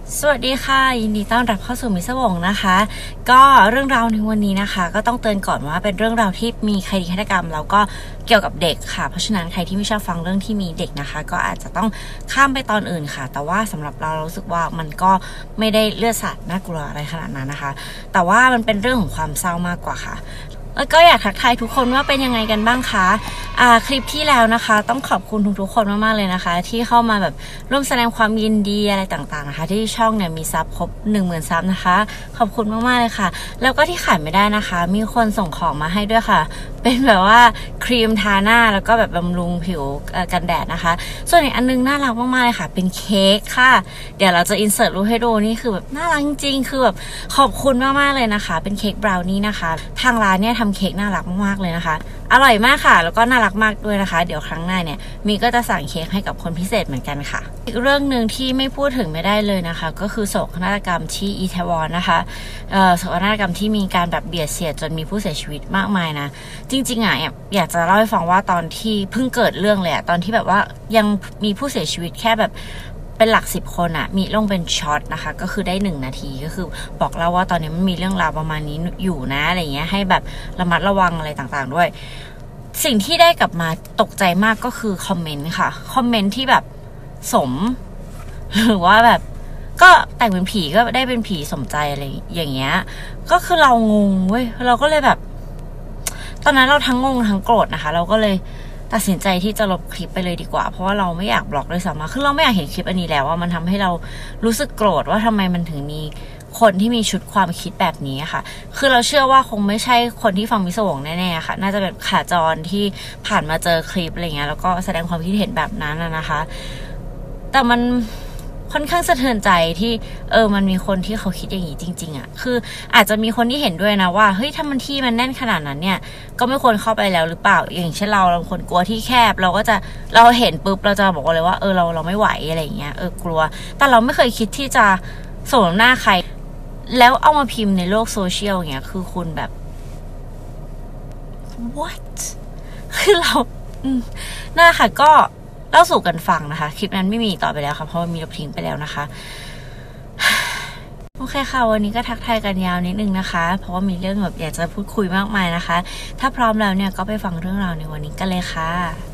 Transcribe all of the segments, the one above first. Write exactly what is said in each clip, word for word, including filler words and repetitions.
สวัสดีค่ะยินดีต้อนรับเข้าสู่มิสวงนะคะก็เรื่องราวในวันนี้นะคะก็ต้องเตือนก่อนว่าเป็นเรื่องราวที่มีคดีฆาตกรรมแล้วก็เกี่ยวกับเด็กค่ะเพราะฉะนั้นใครที่ไม่ชอบฟังเรื่องที่มีเด็กนะคะก็อาจจะต้องข้ามไปตอนอื่นค่ะแต่ว่าสำหรับเรารู้สึกว่ามันก็ไม่ได้เลือดสาดน่ากลัวอะไรขนาดนั้นนะคะแต่ว่ามันเป็นเรื่องของความเศร้ามากกว่าค่ะแล้วก็อยากทักทายทุกคนว่าเป็นยังไงกันบ้างคะอ่าคลิปที่แล้วนะคะต้องขอบคุณทุกๆคนมากๆเลยนะคะที่เข้ามาแบบร่วมแสดงความยินดีอะไรต่างๆนะคะที่ช่องเนี่ยมีซับครบ หนึ่งหมื่น ซับนะคะขอบคุณมากๆเลยค่ะแล้วก็ที่ขาดไม่ได้นะคะมีคนส่งของมาให้ด้วยค่ะเป็นแบบว่าครีมทาหน้าแล้วก็แบบบำรุงผิวกันแดดนะคะส่วนอีกอันนึงน่ารักมากๆเลยค่ะเป็นเค้กค่ะเดี๋ยวเราจะอินเสิร์ตรูปให้ดูนี่คือแบบน่ารักจริงๆคือแบบขอบคุณมากๆเลยนะคะเป็นเค้กบราวนี่นะคะทางร้านเนี่ยทำเค้กน่ารักมากๆเลยนะคะอร่อยมากค่ะแล้วก็น่ารักมากด้วยนะคะเดี๋ยวครั้งหน้าเนี่ยมีก็จะสั่งเค้กให้กับคนพิเศษเหมือนกันค่ะอีกเรื่องหนึ่งที่ไม่พูดถึงไม่ได้เลยนะคะก็คือโศกนาฏกรรมที่อิตาลีนะคะเอ่อโศกนาฏกรรมที่มีการแบบเบียดเสียดจนมีผู้เสียชีวิตมากมายนะจริงๆอ่ะอยากจะเล่าให้ฟังว่าตอนที่เพิ่งเกิดเรื่องเลยอะตอนที่แบบว่ายังมีผู้เสียชีวิตแค่แบบเป็นหลักสิบคนอะมีลงเป็นช็อตนะคะก็คือได้หนึ่งนาทีก็คือบอกเล่าว่าตอนนี้มันมีเรื่องราวประมาณนี้อยู่นะอะไรเงี้ยให้แบบระมัดระวังอะไรต่างๆด้วยสิ่งที่ได้กลับมาตกใจมากก็คือคอมเมนต์ค่ะคอมเมนต์ที่แบบสมหรือว่าแบบก็แต่งเป็นผีก็ได้เป็นผีสมใจอะไรอย่างเงี้ยก็คือเรางงเว้ยเราก็เลยแบบตอนนั้นเราทั้งงงทั้งโกรธนะคะเราก็เลยตัดสินใจที่จะลบคลิปไปเลยดีกว่าเพราะว่าเราไม่อยากบล็อกเลยซ้ำคือเราไม่อยากเห็นคลิปอันนี้แล้วว่ามันทำให้เรารู้สึกโกรธว่าทำไมมันถึงมีคนที่มีชุดความคิดแบบนี้ค่ะคือเราเชื่อว่าคงไม่ใช่คนที่ฟังมิสวงแน่ๆค่ะน่าจะเป็นขาจรที่ผ่านมาเจอคลิปอะไรเงี้ยแล้วก็แสดงความคิดเห็นแบบนั้นนะคะแต่มันค่อนข้างสะเทือนใจที่เออมันมีคนที่เขาคิดอย่างนี้จริงๆอ่ะคืออาจจะมีคนที่เห็นด้วยนะว่าเฮ้ยถ้ามันที่มันแน่นขนาดนั้นเนี่ยก็ไม่ควรเข้าไปแล้วหรือเปล่าอย่างเช่นเราเราคนกลัวที่แคบเราก็จะเราเห็นปุ๊บเราจะบอกเลยว่าเออเราเราไม่ไหวอะไรอย่างเงี้ยเออกลัวแต่เราไม่เคยคิดที่จะส่งหน้าใครแล้วเอามาพิมพ์ในโลกโซเชียลอย่างเงี้ยคือคุณแบบ what คือเราน่าค่ะก็เล่าสู่กันฟังนะคะคลิปนั้นไม่มีต่อไปแล้วค่ะเพราะว่ามีลบทิ้งไปแล้วนะคะโอเคค่ะวันนี้ก็ทักทายกันยาวนิดนึงนะคะเพราะว่ามีเรื่องแบบอยากจะพูดคุยมากมายนะคะถ้าพร้อมแล้วเนี่ยก็ไปฟังเรื่องราวในวันนี้กันเลยค่ะ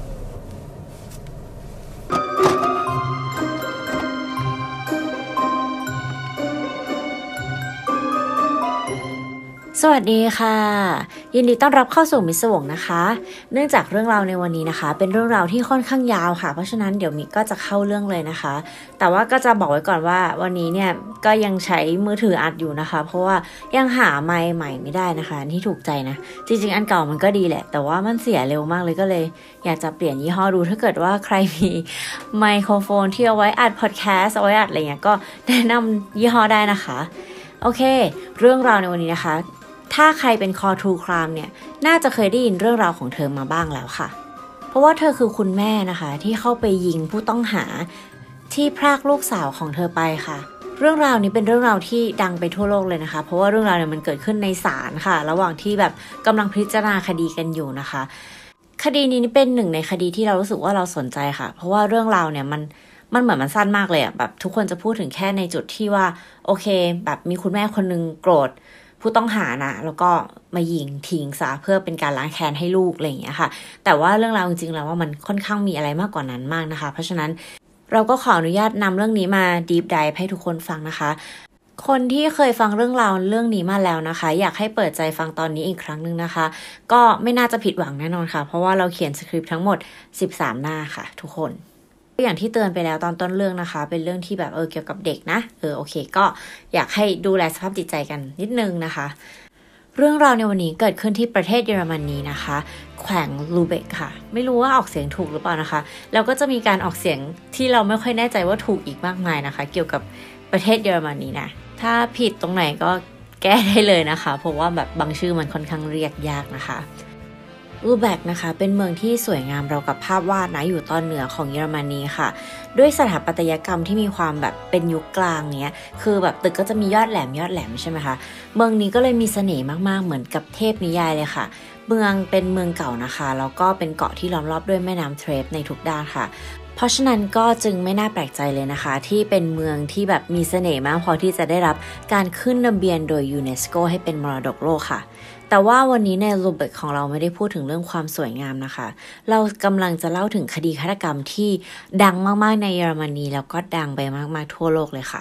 สวัสดีค่ะยินดีต้อนรับเข้าสู่มิสวงนะคะเนื่องจากเรื่องราวในวันนี้นะคะเป็นเรื่องราวที่ค่อนข้างยาวค่ะเพราะฉะนั้นเดี๋ยวมิก็จะเข้าเรื่องเลยนะคะแต่ว่าก็จะบอกไว้ก่อนว่าวันนี้เนี่ยก็ยังใช้มือถืออัดอยู่นะคะเพราะว่ายังหาไมค์ใหม่ไม่ได้นะคะที่ถูกใจนะจริงๆอันเก่ามันก็ดีแหละแต่ว่ามันเสียเร็วมากเลยก็เลยอยากจะเปลี่ยนยี่ห้อดูถ้าเกิดว่าใครมีไมโครโฟนที่เอาไว้อัดพอดแคสต์เอาไว้อัดอะไรเงี้ยก็แนะนำยี่ห้อได้นะคะโอเคเรื่องราวในวันนี้นะคะถ้าใครเป็นคอทรูครามเนี่ยน่าจะเคยได้ยินเรื่องราวของเธอมาบ้างแล้วค่ะเพราะว่าเธอคือคุณแม่นะคะที่เข้าไปยิงผู้ต้องหาที่พรากลูกสาวของเธอไปค่ะเรื่องราวนี้เป็นเรื่องราวที่ดังไปทั่วโลกเลยนะคะเพราะว่าเรื่องราวเนี่ยมันเกิดขึ้นในศาลค่ะระหว่างที่แบบกำลังพิจารณาคดีกันอยู่นะคะคดีนี้เป็นหนึ่งในคดีที่เรารู้สึกว่าเราสนใจค่ะเพราะว่าเรื่องราวเนี่ยมันมันเหมือนมันสั้นมากเลยอะแบบทุกคนจะพูดถึงแค่ในจุดที่ว่าโอเคแบบมีคุณแม่คนนึงโกรธผู้ต้องหานะแล้วก็มายิงทิ้งซะเพื่อเป็นการล้างแค้นให้ลูกอะไรอย่างเงี้ยค่ะแต่ว่าเรื่องราวจริงๆแล้วว่ามันค่อนข้างมีอะไรมากกว่านั้นมากนะคะเพราะฉะนั้นเราก็ขออนุญาตนำเรื่องนี้มา deep dive ให้ทุกคนฟังนะคะคนที่เคยฟังเรื่องราวเรื่องนี้มาแล้วนะคะอยากให้เปิดใจฟังตอนนี้อีกครั้งนึงนะคะก็ไม่น่าจะผิดหวังแน่นอนค่ะเพราะว่าเราเขียนสคริปต์ทั้งหมดสิบสามหน้าค่ะทุกคนอย่างที่เตือนไปแล้วตอนต้นเรื่องนะคะเป็นเรื่องที่แบบเออเกี่ยวกับเด็กนะเออโอเคก็อยากให้ดูแลสภาพจิตใจกันนิดนึงนะคะเรื่องราวในวันนี้เกิดขึ้นที่ประเทศเยอรมนีนะคะแขวงลูเบกค่ะไม่รู้ว่าออกเสียงถูกหรือเปล่านะคะแล้วก็จะมีการออกเสียงที่เราไม่ค่อยแน่ใจว่าถูกอีกมากมายนะคะเกี่ยวกับประเทศเยอรมนีนะถ้าผิดตรงไหนก็แก้ได้เลยนะคะเพราะว่าแบบบางชื่อมันค่อนข้างเรียกยากนะคะลูเบกนะคะเป็นเมืองที่สวยงามเรากับภาพวาดนะอยู่ตอนเหนือของเยอรมนีค่ะด้วยสถาปัตยกรรมที่มีความแบบเป็นยุคกลางเนี้ยคือแบบตึกก็จะมียอดแหลมยอดแหลมใช่ไหมคะเมืองนี้ก็เลยมีเสน่ห์มากๆเหมือนกับเทพนิยายเลยค่ะเมืองเป็นเมืองเก่านะคะแล้วก็เป็นเกาะที่ล้อมรอบด้วยแม่น้ำเทรปในทุกด้านค่ะพราะฉะนั้นก็จึงไม่น่าแปลกใจเลยนะคะที่เป็นเมืองที่แบบมีเสน่ห์มากพอที่จะได้รับการขึ้นทะเบียนโดยยูเนสโกให้เป็นมรดกโลกค่ะแต่ว่าวันนี้ในลูเบกของเราไม่ได้พูดถึงเรื่องความสวยงามนะคะเรากำลังจะเล่าถึงคดีฆาตกรรมที่ดังมากๆในเยอรมนีแล้วก็ดังไปมากๆทั่วโลกเลยค่ะ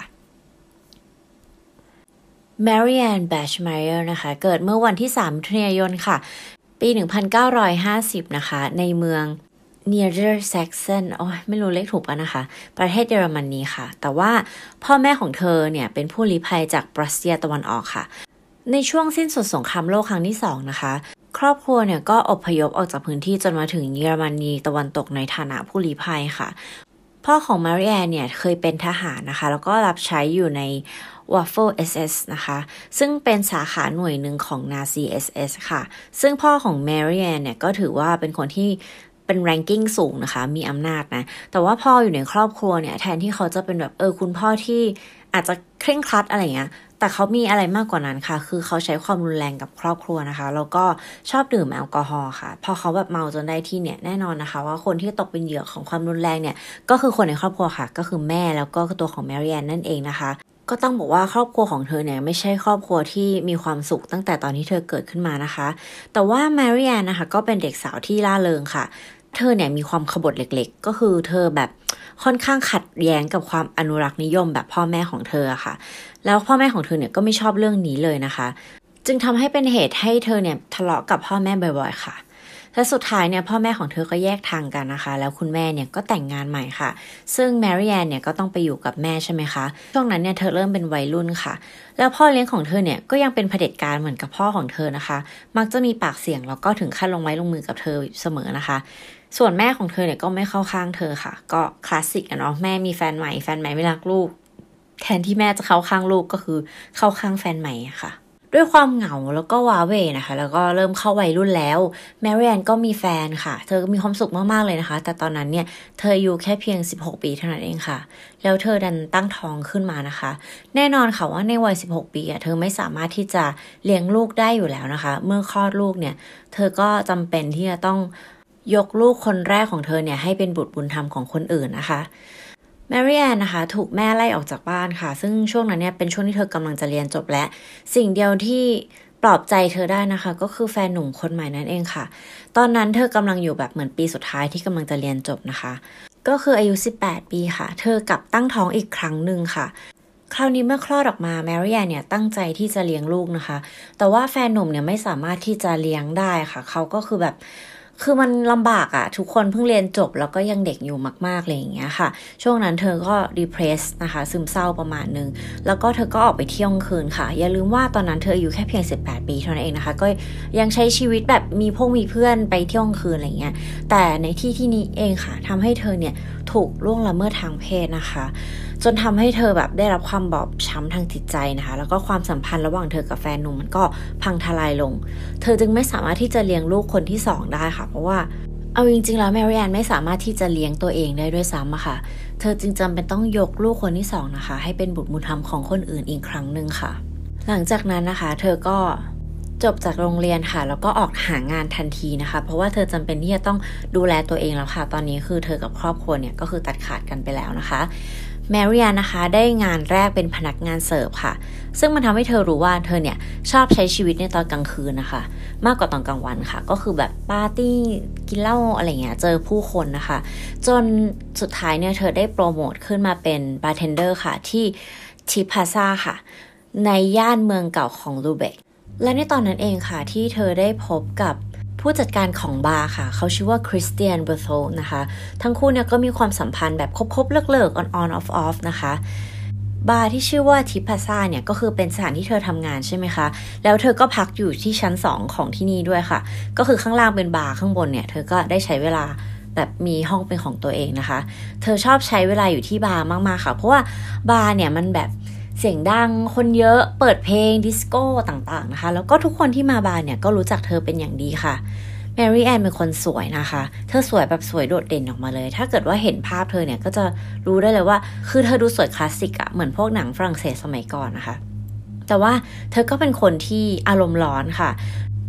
Marianne Bachmeier นะคะเกิดเมื่อวันที่สามมิถุนายนค่ะปีหนึ่งพันเก้าร้อยห้าสิบนะคะในเมืองเนียเดอร์แซกเซนโอ้ยไม่รู้เลขถูกป่ะนะคะประเทศเยอรมนีค่ะแต่ว่าพ่อแม่ของเธอเนี่ยเป็นผู้ลี้ภัยจากปรัสเซียตะวันออกค่ะในช่วงสิ้นสุดสงครามโลกครั้งที่สองนะคะครอบครัวเนี่ยก็อพยพออกจากพื้นที่จนมาถึงเยอรมนีตะวันตกในฐานะผู้ลี้ภัยค่ะพ่อของมาริแอนเนี่ยเคยเป็นทหารนะคะแล้วก็รับใช้อยู่ใน Waffen เอส เอส นะคะซึ่งเป็นสาขาหน่วยหนึ่งของนาซี เอส เอส ค่ะซึ่งพ่อของมาริแอนเนี่ยก็ถือว่าเป็นคนที่เป็น ranking สูงนะคะมีอำนาจนะแต่ว่าพ่ออยู่ในครอบครัวเนี่ยแทนที่เขาจะเป็นแบบเออคุณพ่อที่อาจจะเคร่งครัดอะไรเงี้ยแต่เขามีอะไรมากกว่านั้นค่ะคือเขาใช้ความรุนแรงกับครอบครัวนะคะแล้วก็ชอบดื่มแอลกอฮอล์ค่ะพอเขาแบบเมาจนได้ที่เนี่ยแน่นอนนะคะว่าคนที่ตกเป็นเหยื่อของความรุนแรงเนี่ยก็คือคนในครอบครัวค่ะก็คือแม่แล้วก็ตัวของแมรี่แอนนั่นเองนะคะก็ต้องบอกว่าครอบครัวของเธอเนี่ยไม่ใช่ครอบครัวที่มีความสุขตั้งแต่ตอนที่เธอเกิดขึ้นมานะคะแต่ว่าแมรี่แอนนะคะก็เป็นเด็กสาวที่ร่าเริงค่ะเธอเนี่ยมีความขบถเล็กๆก็คือเธอแบบค่อนข้างขัดแย้งกับความอนุรักษ์นิยมแบบพ่อแม่ของเธอค่ะแล้วพ่อแม่ของเธอเนี่ยก็ไม่ชอบเรื่องนี้เลยนะคะจึงทำให้เป็นเหตุให้เธอเนี่ยทะเลาะกับพ่อแม่บ่อยๆค่ะและสุดท้ายเนี่ยพ่อแม่ของเธอก็แยกทางกันนะคะแล้วคุณแม่เนี่ยก็แต่งงานใหม่ค่ะซึ่งแมรี่แอนเนี่ยก็ต้องไปอยู่กับแม่ใช่ไหมคะช่วงนั้นเนี่ยเธอเริ่มเป็นวัยรุ่นค่ะแล้วพ่อเลี้ยงของเธอเนี่ยก็ยังเป็นเผด็จการเหมือนกับพ่อของเธอนะคะมักจะมีปากเสียงแล้วก็ถึงขั้นลงไม้ลงมือกับเธอเสมอนะคะส่วนแม่ของเธอเนี่ยก็ไม่เข้าข้างเธอค่ะก็คลาสสิกอะเนาะแม่มีแฟนใหม่แฟนใหม่ไม่รักลูกแทนที่แม่จะเข้าข้างลูกก็คือเข้าข้างแฟนใหม่ค่ะด้วยความเหงาแล้วก็ว้าเหวนะคะแล้วก็เริ่มเข้าวัยรุ่นแล้วแมรี่แอนก็มีแฟนค่ะเธอก็มีความสุขมากๆเลยนะคะแต่ตอนนั้นเนี่ยเธออายุแค่เพียงสิบหกปีเท่านั้นเองค่ะแล้วเธอดันตั้งท้องขึ้นมานะคะแน่นอนค่ะว่าในวัยสิบหกปีอ่ะเธอไม่สามารถที่จะเลี้ยงลูกได้อยู่แล้วนะคะเมื่อคลอดลูกเนี่ยเธอก็จำเป็นที่จะต้องยกลูกคนแรกของเธอเนี่ยให้เป็นบุตรบุญธรรมของคนอื่นนะคะแมรี่แอนนะคะถูกแม่ไล่ออกจากบ้านค่ะซึ่งช่วงนั้นเนี่ยเป็นช่วงที่เธอกำลังจะเรียนจบและสิ่งเดียวที่ปลอบใจเธอได้นะคะก็คือแฟนหนุ่มคนใหม่นั่นเองค่ะตอนนั้นเธอกำลังอยู่แบบเหมือนปีสุดท้ายที่กำลังจะเรียนจบนะคะก็คืออายุสิบแปดปีค่ะเธอกลับตั้งท้องอีกครั้งหนึ่งค่ะคราวนี้เมื่อคลอดออกมาแมรี่แอนเนี่ยตั้งใจที่จะเลี้ยงลูกนะคะแต่ว่าแฟนหนุ่มเนี่ยไม่สามารถที่จะเลี้ยงได้ค่ะเขาก็คือแบบคือมันลำบากอะทุกคนเพิ่งเรียนจบแล้วก็ยังเด็กอยู่มากๆเลยอย่างเงี้ยค่ะช่วงนั้นเธอก็ depressed นะคะซึมเศร้าประมาณนึงแล้วก็เธอก็ออกไปเที่ยวคืนค่ะอย่าลืมว่าตอนนั้นเธออายุแค่เพียงสิบแปดปีเท่านั้นเองนะคะก็ยังใช้ชีวิตแบบมีพวกมีเพื่อนไปเที่ยวคืนอะไรเงี้ยแต่ในที่ที่นี้เองค่ะทำให้เธอเนี่ยถูกล่วงละเมิดทางเพศนะคะจนทำให้เธอแบบได้รับความบอบช้ำทางจิตใจนะคะแล้วก็ความสัมพันธ์ระหว่างเธอกับแฟนหนุ่มมันก็พังทลายลงเธอจึงไม่สามารถที่จะเลี้ยงลูกคนที่สองได้ค่ะเพราะว่าเอาจริงๆแล้วแมรี่แอนไม่สามารถที่จะเลี้ยงตัวเองได้ด้วยซ้ำอะค่ะเธอจึงจำเป็นต้องยกลูกคนที่สองนะคะให้เป็นบุตรบุญธรรมของคนอื่นอีกครั้งหนึ่งค่ะหลังจากนั้นนะคะเธอก็จบจากโรงเรียนค่ะแล้วก็ออกหางานทันทีนะคะเพราะว่าเธอจำเป็นที่จะต้องดูแลตัวเองแล้วค่ะตอนนี้คือเธอกับครอบครัวเนี่ยก็คือตัดขาดกันไปแล้วนะคะแมรี่แอนนะคะได้งานแรกเป็นพนักงานเสิร์ฟค่ะซึ่งมันทำให้เธอรู้ว่าเธอเนี่ยชอบใช้ชีวิตในตอนกลางคืนนะคะมากกว่าตอนกลางวันค่ะก็คือแบบปาร์ตี้กินเหล้าอะไรเงี้ยเจอผู้คนนะคะจนสุดท้ายเนี่ยเธอได้โปรโมทขึ้นมาเป็นบาร์เทนเดอร์ค่ะที่ทิพาซ่าค่ะในย่านเมืองเก่าของลูเบกและในตอนนั้นเองค่ะที่เธอได้พบกับผู้จัดการของบาร์ค่ะเขาชื่อว่าคริสเตียนเบอร์โธนะคะทั้งคู่เนี่ยก็มีความสัมพันธ์แบบคบๆเลิกๆ on on off off นะคะบาร์ที่ชื่อว่าทิพาซ่าเนี่ยก็คือเป็นสถานที่เธอทำงานใช่ไหมคะแล้วเธอก็พักอยู่ที่ชั้นสองของที่นี่ด้วยค่ะก็คือข้างล่างเป็นบาร์ข้างบนเนี่ยเธอก็ได้ใช้เวลาแบบมีห้องเป็นของตัวเองนะคะเธอชอบใช้เวลาอยู่ที่บาร์มากๆค่ะเพราะว่าบาร์เนี่ยมันแบบเสียงดังคนเยอะเปิดเพลงดิสโก้ต่างๆนะคะแล้วก็ทุกคนที่มาบาร์เนี่ยก็รู้จักเธอเป็นอย่างดีค่ะแมรี่แอนเป็นคนสวยนะคะเธอสวยแบบสวยโดดเด่นออกมาเลยถ้าเกิดว่าเห็นภาพเธอเนี่ยก็จะรู้ได้เลยว่าคือเธอดูสวยคลาสสิกอะเหมือนพวกหนังฝรั่งเศสสมัยก่อนนะคะแต่ว่าเธอก็เป็นคนที่อารมณ์ร้อนค่ะ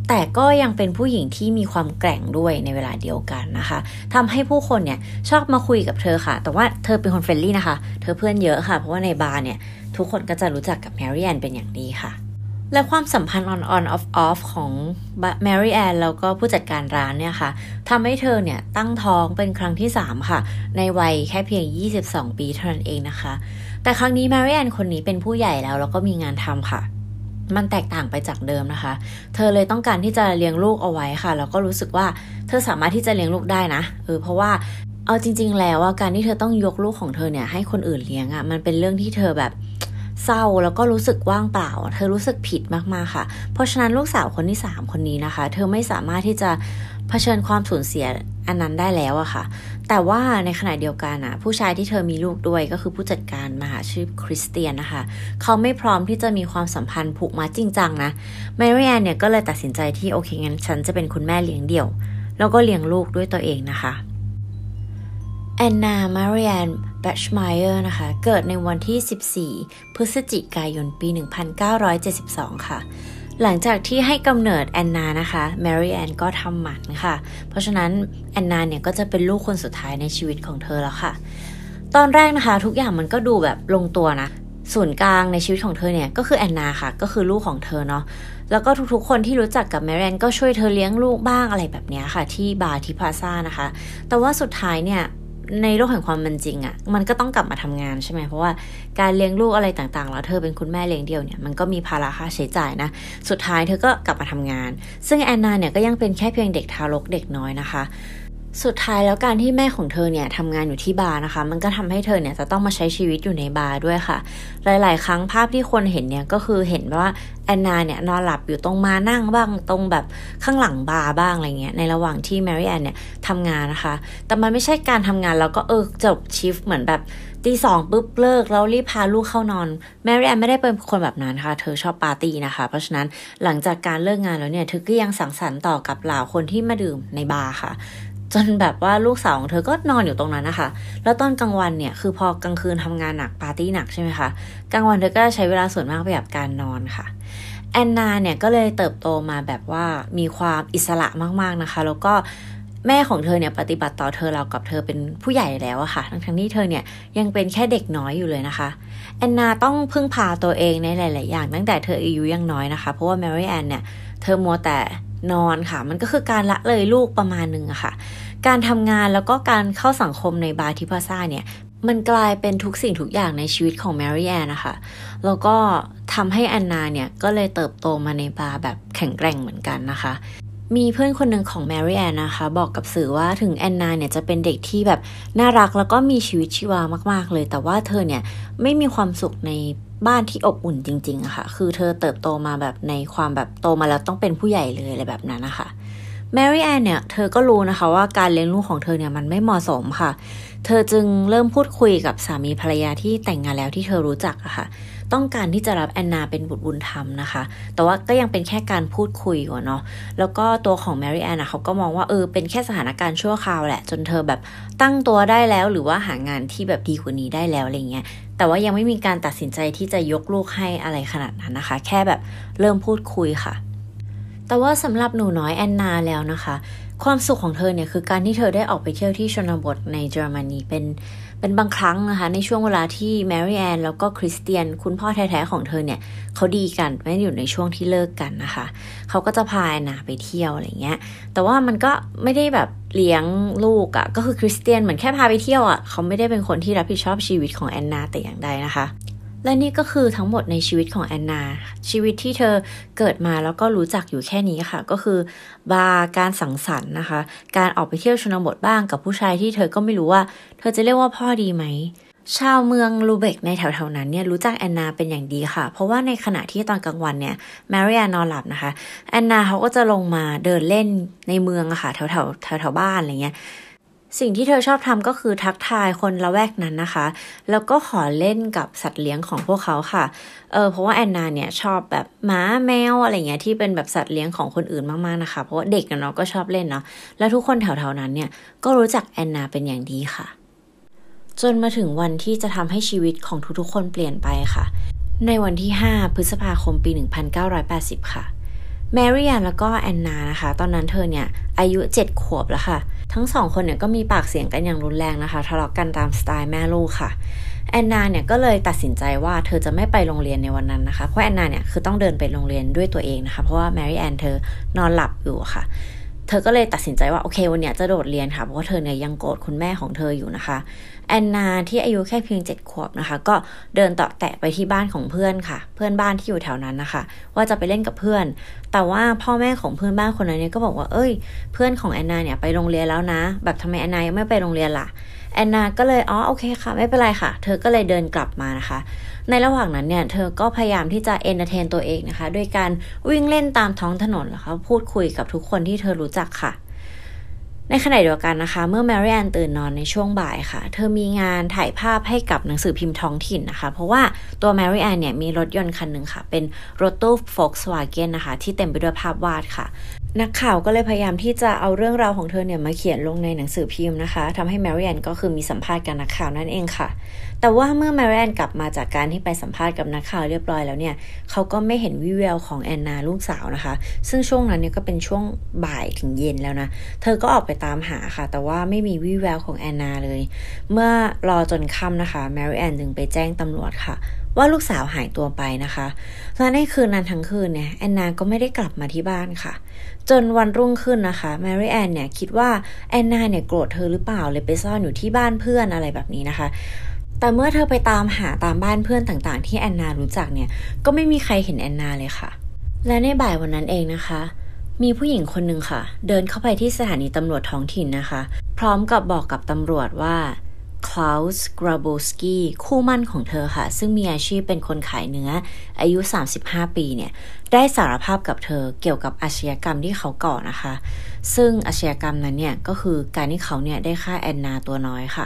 แต่ก็ยังเป็นผู้หญิงที่มีความแกร่งด้วยในเวลาเดียวกันนะคะทำให้ผู้คนเนี่ยชอบมาคุยกับเธอค่ะแต่ว่าเธอเป็นคนเฟรนลี่นะคะเธอเพื่อนเยอะค่ะเพราะว่าในบาร์เนี่ยทุกคนก็จะรู้จักกับแมรี่แอนเป็นอย่างดีค่ะและความสัมพันธ์ on on off off ของแมรี่แอนแล้วก็ผู้จัดการร้านเนี่ยค่ะทำให้เธอเนี่ยตั้งท้องเป็นครั้งที่สามค่ะในวัยแค่เพียงยี่สิบสองปีเท่านั้นเองนะคะแต่ครั้งนี้แมรี่แอนคนนี้เป็นผู้ใหญ่แล้วแล้วก็มีงานทำค่ะมันแตกต่างไปจากเดิมนะคะเธอเลยต้องการที่จะเลี้ยงลูกเอาไว้ค่ะแล้วก็รู้สึกว่าเธอสามารถที่จะเลี้ยงลูกได้นะเออเพราะว่าเอาจริงๆแล้วว่าการที่เธอต้องยกลูกของเธอเนี่ยให้คนอื่นเลี้ยงอ่ะมันเป็นเรื่องที่เธอแบบเศร้าแล้วก็รู้สึกว่างเปล่าเธอรู้สึกผิดมากๆค่ะเพราะฉะนั้นลูกสาวคนที่สามคนนี้นะคะเธอไม่สามารถที่จะเผชิญความสูญเสียอันนั้นได้แล้วอะค่ะแต่ว่าในขณะเดียวกันอะผู้ชายที่เธอมีลูกด้วยก็คือผู้จัดการมาหาชื่อคริสเตียนนะคะเขาไม่พร้อมที่จะมีความสัมพันธ์ผูกมัดจริงจังนะแมรี่แอนเนี่ยก็เลยตัดสินใจที่โอเคงั้นฉันจะเป็นคุณแม่เลี้ยงเดี่ยวแล้วก็เลี้ยงลูกด้วยตัวเองนะคะแอนนา มารีแอน แบชไมเออร์นะคะเกิดในวันที่สิบสี่พฤศจิกายนปีหนึ่งพันเก้าร้อยเจ็ดสิบสองค่ะหลังจากที่ให้กำเนิดแอนนานะคะแมรี่แอนก็ทำหมันค่ะเพราะฉะนั้นแอนนาเนี่ยก็จะเป็นลูกคนสุดท้ายในชีวิตของเธอแล้วค่ะตอนแรกนะคะทุกอย่างมันก็ดูแบบลงตัวนะศูนย์กลางในชีวิตของเธอเนี่ยก็คือแอนนาค่ะก็คือลูกของเธอเนาะแล้วก็ทุกๆคนที่รู้จักกับแมรี่แอนก็ช่วยเธอเลี้ยงลูกบ้างอะไรแบบนี้ค่ะที่บาร์ที่พลาซ่านะคะแต่ว่าสุดท้ายเนี่ยในโลกแห่งความเป็นจริงอะ่ะมันก็ต้องกลับมาทำงานใช่ไหมเพราะว่าการเลี้ยงลูกอะไรต่างๆแล้วเธอเป็นคุณแม่เลี้ยงเดี่ยวเนี่ยมันก็มีภาระค่าใช้จ่ายนะสุดท้ายเธอก็กลับมาทำงานซึ่งแอนนาเนี่ยก็ยังเป็นแค่เพียงเด็กทารกเด็กน้อยนะคะสุดท้ายแล้วการที่แม่ของเธอเนี่ยทำงานอยู่ที่บาร์นะคะมันก็ทำให้เธอเนี่ยจะต้องมาใช้ชีวิตอยู่ในบาร์ด้วยค่ะหลายๆครั้งภาพที่คนเห็นเนี่ยก็คือเห็นว่าแอนนาเนี่ยนอนหลับอยู่ตรงมานั่งบ้างตรงแบบข้างหลังบาร์บ้างอะไรเงี้ยในระหว่างที่แมรี่แอนเนี่ยทำงานนะคะแต่มันไม่ใช่การทำงานแล้วก็เออจบชิฟต์เหมือนแบบตีสองปุ๊บเลิกแล้วรีบพาลูกเข้านอนแมรี่แอนไม่ได้เป็นคนแบบนั้นค่ะเธอชอบปาร์ตี้นะคะเพราะฉะนั้นหลังจากการเลิกงานแล้วเนี่ยเธอก็ยังสังสรรค์ต่อกับเหล่าคนที่มาดื่มในบาร์ค่ะจนแบบว่าลูกสาวของเธอก็นอนอยู่ตรงนั้นนะคะแล้วตอนกลางวันเนี่ยคือพอกลางคืนทำงานหนักปาร์ตี้หนักใช่ไหมคะกลางวันเธอก็ใช้เวลาส่วนมากไปกับการนอนค่ะแอนนาเนี่ยก็เลยเติบโตมาแบบว่ามีความอิสระมากๆนะคะแล้วก็แม่ของเธอเนี่ยปฏิบัติต่อเธอเรากับเธอเป็นผู้ใหญ่แล้วอะค่ะทั้งๆที่เธอเนี่ยยังเป็นแค่เด็กน้อยอยู่เลยนะคะแอนนาต้องพึ่งพาตัวเองในหลายๆอย่างตั้งแต่เธออายุยังน้อยนะคะเพราะว่าแมรี่แอนเนี่ยเธอมัวแต่นอนค่ะมันก็คือการละเลยลูกประมาณนึงอะค่ะการทำงานแล้วก็การเข้าสังคมในบาร์ที่พลาซ่าเนี่ยมันกลายเป็นทุกสิ่งทุกอย่างในชีวิตของแมรี่แอนนะคะแล้วก็ทำให้แอนนาเนี่ยก็เลยเติบโตมาในบาร์แบบแข็งแกร่งเหมือนกันนะคะมีเพื่อนคนหนึ่งของแมรี่แอนนะคะบอกกับสื่อว่าถึงแอนนาเนี่ยจะเป็นเด็กที่แบบน่ารักแล้วก็มีชีวิตชีวามากๆเลยแต่ว่าเธอเนี่ยไม่มีความสุขในบ้านที่อบอุ่นจริงๆอะค่ะคือเธอเติบโตมาแบบในความแบบโตมาแล้วต้องเป็นผู้ใหญ่เลยอะไรแบบนั้นนะคะแมรี่แอนเนี่ยเธอก็รู้นะคะว่าการเลี้ยงลูกของเธอเนี่ยมันไม่เหมาะสมค่ะเธอจึงเริ่มพูดคุยกับสามีภรรยาที่แต่งงานแล้วที่เธอรู้จักอะค่ะต้องการที่จะรับแอนนาเป็นบุตรบุญธรรมนะคะแต่ว่าก็ยังเป็นแค่การพูดคุยก่อนเนาะแล้วก็ตัวของแมรี่แอนนะเขาก็มองว่าเออเป็นแค่สถานการณ์ชั่วคราวแหละจนเธอแบบตั้งตัวได้แล้วหรือว่าหางานที่แบบดีกว่านี้ได้แล้วอะไรเงี้ยแต่ว่ายังไม่มีการตัดสินใจที่จะยกลูกให้อะไรขนาดนั้นนะคะแค่แบบเริ่มพูดคุยค่ะแต่ว่าสำหรับหนูน้อยแอนนาแล้วนะคะความสุขของเธอเนี่ยคือการที่เธอได้ออกไปเที่ยวที่ชนบทในเยอรมนีเป็นเป็นบางครั้งนะคะในช่วงเวลาที่แมรี่แอนแล้วก็คริสเตียนคุณพ่อแท้ๆของเธอเนี่ยเขาดีกันไม่ได้อยู่ในช่วงที่เลิกกันนะคะเขาก็จะพาแอนนาไปเที่ยวอะไรเงี้ยแต่ว่ามันก็ไม่ได้แบบเลี้ยงลูกอะ่ะก็คือคริสเตียนเหมือนแค่พาไปเที่ยวอะ่ะเขาไม่ได้เป็นคนที่รับผิดชอบชีวิตของแอนนาแต่อย่างใดนะคะและนี่ก็คือทั้งหมดในชีวิตของแอนนาชีวิตที่เธอเกิดมาแล้วก็รู้จักอยู่แค่นี้ค่ะก็คือบาร์การสังสรรค์นะคะการออกไปเที่ยวชนบทบ้างกับผู้ชายที่เธอก็ไม่รู้ว่าเธอจะเรียกว่าพ่อดีไหมชาวเมืองลูเบกในแถวๆนั้นเนี่ยรู้จักแอนนาเป็นอย่างดีค่ะเพราะว่าในขณะที่ตอนกลางวันเนี่ยแมรี่แอนนอนหลับนะคะแอนนาเขาก็จะลงมาเดินเล่นในเมืองอะค่ะแถวๆแถวๆบ้านอะไรเงี้ยสิ่งที่เธอชอบทำก็คือทักทายคนละแวกนั้นนะคะแล้วก็ขอเล่นกับสัตว์เลี้ยงของพวกเขาค่ะเออเพราะว่าแอนนาเนี่ยชอบแบบหมาแมวอะไรเงี้ยที่เป็นแบบสัตว์เลี้ยงของคนอื่นมากๆนะคะเพราะว่าเด็กเนาะก็ชอบเล่นเนาะแล้วทุกคนแถวๆนั้นเนี่ยก็รู้จักแอนนาเป็นอย่างดีค่ะจนมาถึงวันที่จะทำให้ชีวิตของทุกๆคนเปลี่ยนไปค่ะในวันที่ห้าพฤษภาคมปีหนึ่งพันเก้าร้อยแปดสิบค่ะแมรี่แอนแล้วก็แอนนานะคะตอนนั้นเธอเนี่ยอายุเจ็ดขวบแล้วค่ะทั้งสองคนเนี่ยก็มีปากเสียงกันอย่างรุนแรงนะคะทะเลาะกันตามสไตล์แม่ลูกค่ะแอนนาเนี่ยก็เลยตัดสินใจว่าเธอจะไม่ไปโรงเรียนในวันนั้นนะคะเพราะแอนนาเนี่ยคือต้องเดินไปโรงเรียนด้วยตัวเองนะคะเพราะว่าแมรี่แอนเธอนอนหลับอยู่ค่ะเธอก็เลยตัดสินใจว่าโอเควันเนี้ยจะโดดเรียนค่ะเพราะว่าเธอเนี่ยยังโกรธคุณแม่ของเธออยู่นะคะแอนนาที่อายุแค่เพียงเจ็ดขวบนะคะก็เดินต่อแตะไปที่บ้านของเพื่อนค่ะเพื่อนบ้านที่อยู่แถวนั้นนะคะว่าจะไปเล่นกับเพื่อนแต่ว่าพ่อแม่ของเพื่อนบ้านคนนั้นเนี่ยก็บอกว่าเอ้ยเพื่อนของแอนนาเนี่ยไปโรงเรียนแล้วนะแบบทำไมแอนนายังไม่ไปโรงเรียนล่ะแอนนาก็เลยอ๋อโอเคค่ะไม่เป็นไรค่ะเธอก็เลยเดินกลับมานะคะในระหว่างนั้นเนี่ยเธอก็พยายามที่จะเอนเตอร์เทนตัวเองนะคะด้วยการวิ่งเล่นตามท้องถนนนะคะพูดคุยกับทุกคนที่เธอรู้จักค่ะในขณะเดียวกันนะคะเมื่อแมรี่แอนตื่นนอนในช่วงบ่ายค่ะเธอมีงานถ่ายภาพให้กับหนังสือพิมพ์ท้องถิ่นนะคะเพราะว่าตัวแมรี่แอนเนี่ยมีรถยนต์คันหนึ่งค่ะเป็นรถตู้ Volkswagen นะคะที่เต็มไปด้วยภาพวาดค่ะนักข่าวก็เลยพยายามที่จะเอาเรื่องราวของเธอเนี่ยมาเขียนลงในหนังสือพิมพ์นะคะทำให้แมรี่แอนก็คือมีสัมภาษณ์กับนักข่าวนั่นเองค่ะแต่ว่าเมื่อแมรี่แอนกลับมาจากการที่ไปสัมภาษณ์กับนักข่าวเรียบร้อยแล้วเนี่ยเขาก็ไม่เห็นวิแววของแอนนาลูกสาวนะคะซึ่งช่วงนั้นเนี่ยก็เป็นช่วงบ่ายถึงเย็นแล้วนะเธอก็ออกไปตามหาค่ะแต่ว่าไม่มีวิแววของแอนนาเลยเมื่อรอจนค่ำนะคะแมรี่แอนจึงไปแจ้งตำรวจค่ะว่าลูกสาวหายตัวไปนะคะและในคืนนั้นทั้งคืนเนี่ยแอนนาก็ไม่ได้กลับมาที่บ้านค่ะจนวันรุ่งขึ้นนะคะแมรี่แอนเนี่ยคิดว่าแอนนาเนี่ยโกรธเธอหรือเปล่าเลยไปซ่อนอยู่ที่บ้านเพื่อนอะไรแบบนี้นะคะแต่เมื่อเธอไปตามหาตามบ้านเพื่อนต่างๆที่แอนนารู้จักเนี่ยก็ไม่มีใครเห็นแอนนาเลยค่ะและในบ่ายวันนั้นเองนะคะมีผู้หญิงคนหนึ่งค่ะเดินเข้าไปที่สถานีตำรวจท้องถิ่นนะคะพร้อมกับบอกกับตำรวจว่าคลาวส์ กราโบสกี้คู่มั่นของเธอค่ะซึ่งมีอาชีพเป็นคนขายเนื้ออายุสามสิบห้าปีเนี่ยได้สารภาพกับเธอเกี่ยวกับอาชญากรรมที่เขาก่อนะคะซึ่งอาชญากรรมนั้นเนี่ยก็คือการที่เขาเนี่ยได้ฆ่าแอนนาตัวน้อยค่ะ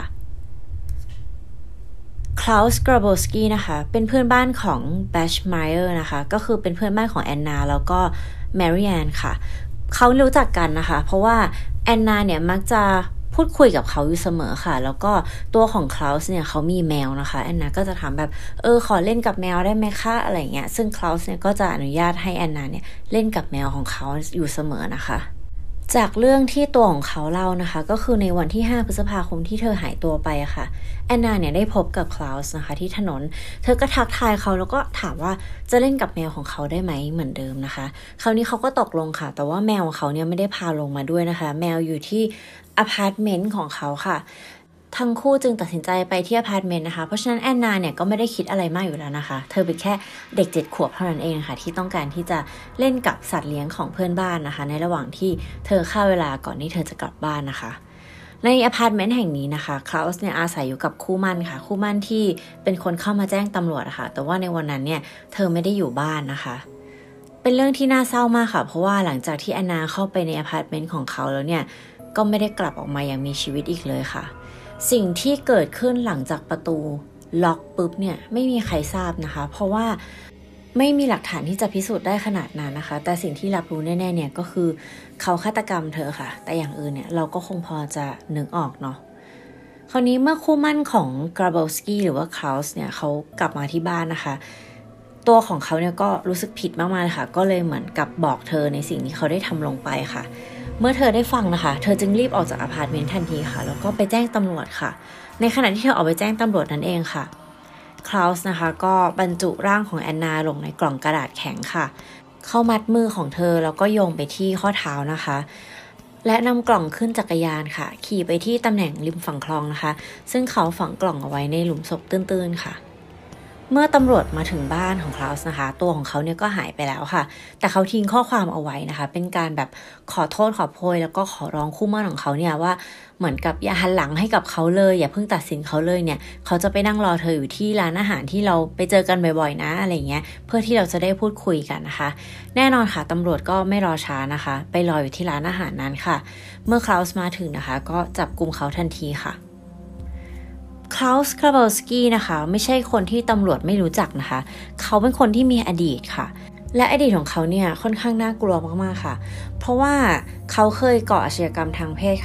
คลาวส์ กราโบสกี้นะคะเป็นเพื่อนบ้านของแบชไมเออร์นะคะก็คือเป็นเพื่อนบ้านของแอนนาแล้วก็แมรี่แอนค่ะเขารู้จักกันนะคะเพราะว่าแอนนาเนี่ยมักจะพูดคุยกับเขาอยู่เสมอค่ะแล้วก็ตัวของคลาวส์เนี่ยเขามีแมวนะคะแอนนาก็จะถามแบบเออขอเล่นกับแมวได้ไหมคะอะไรเงี้ยซึ่งคลาวส์เนี่ยก็จะอนุญาตให้แอนนาเนี่ยเล่นกับแมวของเขาอยู่เสมอนะคะจากเรื่องที่ตัวของเขาเล่านะคะก็คือในวันที่ห้าพฤษภาคมที่เธอหายตัวไปค่ะแอนนาเนี่ยได้พบกับคลาวส์นะคะที่ถนนเธอก็ทักทายเขาแล้วก็ถามว่าจะเล่นกับแมวของเขาได้ไหมเหมือนเดิมนะคะคราวนี้เขาก็ตกลงค่ะแต่ว่าแมวของเขาเนี่ยไม่ได้พาลงมาด้วยนะคะแมวอยู่ที่อพาร์ตเมนต์ของเขาค่ะทั้งคู่จึงตัดสินใจไปที่อพาร์ตเมนต์นะคะเพราะฉะนั้นแอนนาเนี่ยก็ไม่ได้คิดอะไรมากอยู่แล้วนะคะเธอเป็นแค่เด็กเจ็ดขวบเท่านั้นเองค่ะที่ต้องการที่จะเล่นกับสัตว์เลี้ยงของเพื่อนบ้านนะคะในระหว่างที่เธอฆ่าเวลาก่อนที่เธอจะกลับบ้านนะคะในอพาร์ตเมนต์แห่งนี้นะคะคลาวส์เนี่ยอาศัยอยู่กับคู่มั่นค่ะคู่มั่นที่เป็นคนเข้ามาแจ้งตำรวจค่ะแต่ว่าในวันนั้นเนี่ยเธอไม่ได้อยู่บ้านนะคะเป็นเรื่องที่น่าเศร้ามากค่ะเพราะว่าหลังจากที่แอนนาเข้าไปในอพาร์ตเมนต์ของเขาแล้วเนี่ยก็ไม่ได้กลับออกมาอย่างมีชีวิตอีกเลยค่ะสิ่งที่เกิดขึ้นหลังจากประตูล็อกปุ๊บเนี่ยไม่มีใครทราบนะคะเพราะว่าไม่มีหลักฐานที่จะพิสูจน์ได้ขนาดนั้นนะคะแต่สิ่งที่รับรู้แน่ๆเนี่ยก็คือเขาฆาตกรรมเธอค่ะแต่อย่างอื่นเนี่ยเราก็คงพอจะนึกออกเนาะคราวนี้เมื่อคู่มั่นของกราโบสกี้หรือว่าคลาวส์เนี่ยเขากลับมาที่บ้านนะคะตัวของเขาเนี่ยก็รู้สึกผิดมากๆเลยค่ะก็เลยเหมือนกับบอกเธอในสิ่งที่เขาได้ทำลงไปค่ะเมื่อเธอได้ฟังนะคะเธอจึงรีบออกจากอพาร์ตเมนต์ทันทีค่ะแล้วก็ไปแจ้งตำรวจค่ะในขณะที่เธอออกไปแจ้งตำรวจนั่นเองค่ะคลาวส์นะคะก็บรรจุร่างของแอนนาลงในกล่องกระดาษแข็งค่ะเข้ามัดมือของเธอแล้วก็โยงไปที่ข้อเท้านะคะและนำกล่องขึ้นจักรยานค่ะขี่ไปที่ตำแหน่งริมฝั่งคลองนะคะซึ่งเขาฝังกล่องเอาไว้ในหลุมศพตื้นๆค่ะเมื่อตำรวจมาถึงบ้านของคลาวส์นะคะตัวของเขาเนี่ยก็หายไปแล้วค่ะแต่เขาทิ้งข้อความเอาไว้นะคะเป็นการแบบขอโทษขอโพยแล้วก็ขอร้องคู่มั่นของเขาเนี่ยว่าเหมือนกับอย่าหันหลังให้กับเขาเลยอย่าเพิ่งตัดสินเขาเลยเนี่ยเขาจะไปนั่งรอเธออยู่ที่ร้านอาหารที่เราไปเจอกันบ่อยๆนะอะไรเงี้ยเพื่อที่เราจะได้พูดคุยกันนะคะแน่นอนค่ะตำรวจก็ไม่รอช้านะคะไปรออยู่ที่ร้านอาหารนั้นค่ะเมื่อคลาวส์มาถึงนะคะก็จับกุมเขาทันทีค่ะคลาวส์ กราโบสกี้นะคะไม่ใช่คนที่ตำรวจไม่รู้จักนะคะเขาเป็นคนที่มีอดีตค่ะและอดีตของเขาเนี่ยค่อนข้างน่ากลัวมากๆค่ะเพราะว่าเขาเคยก่ออาชญากรรมทางเพศค่ะ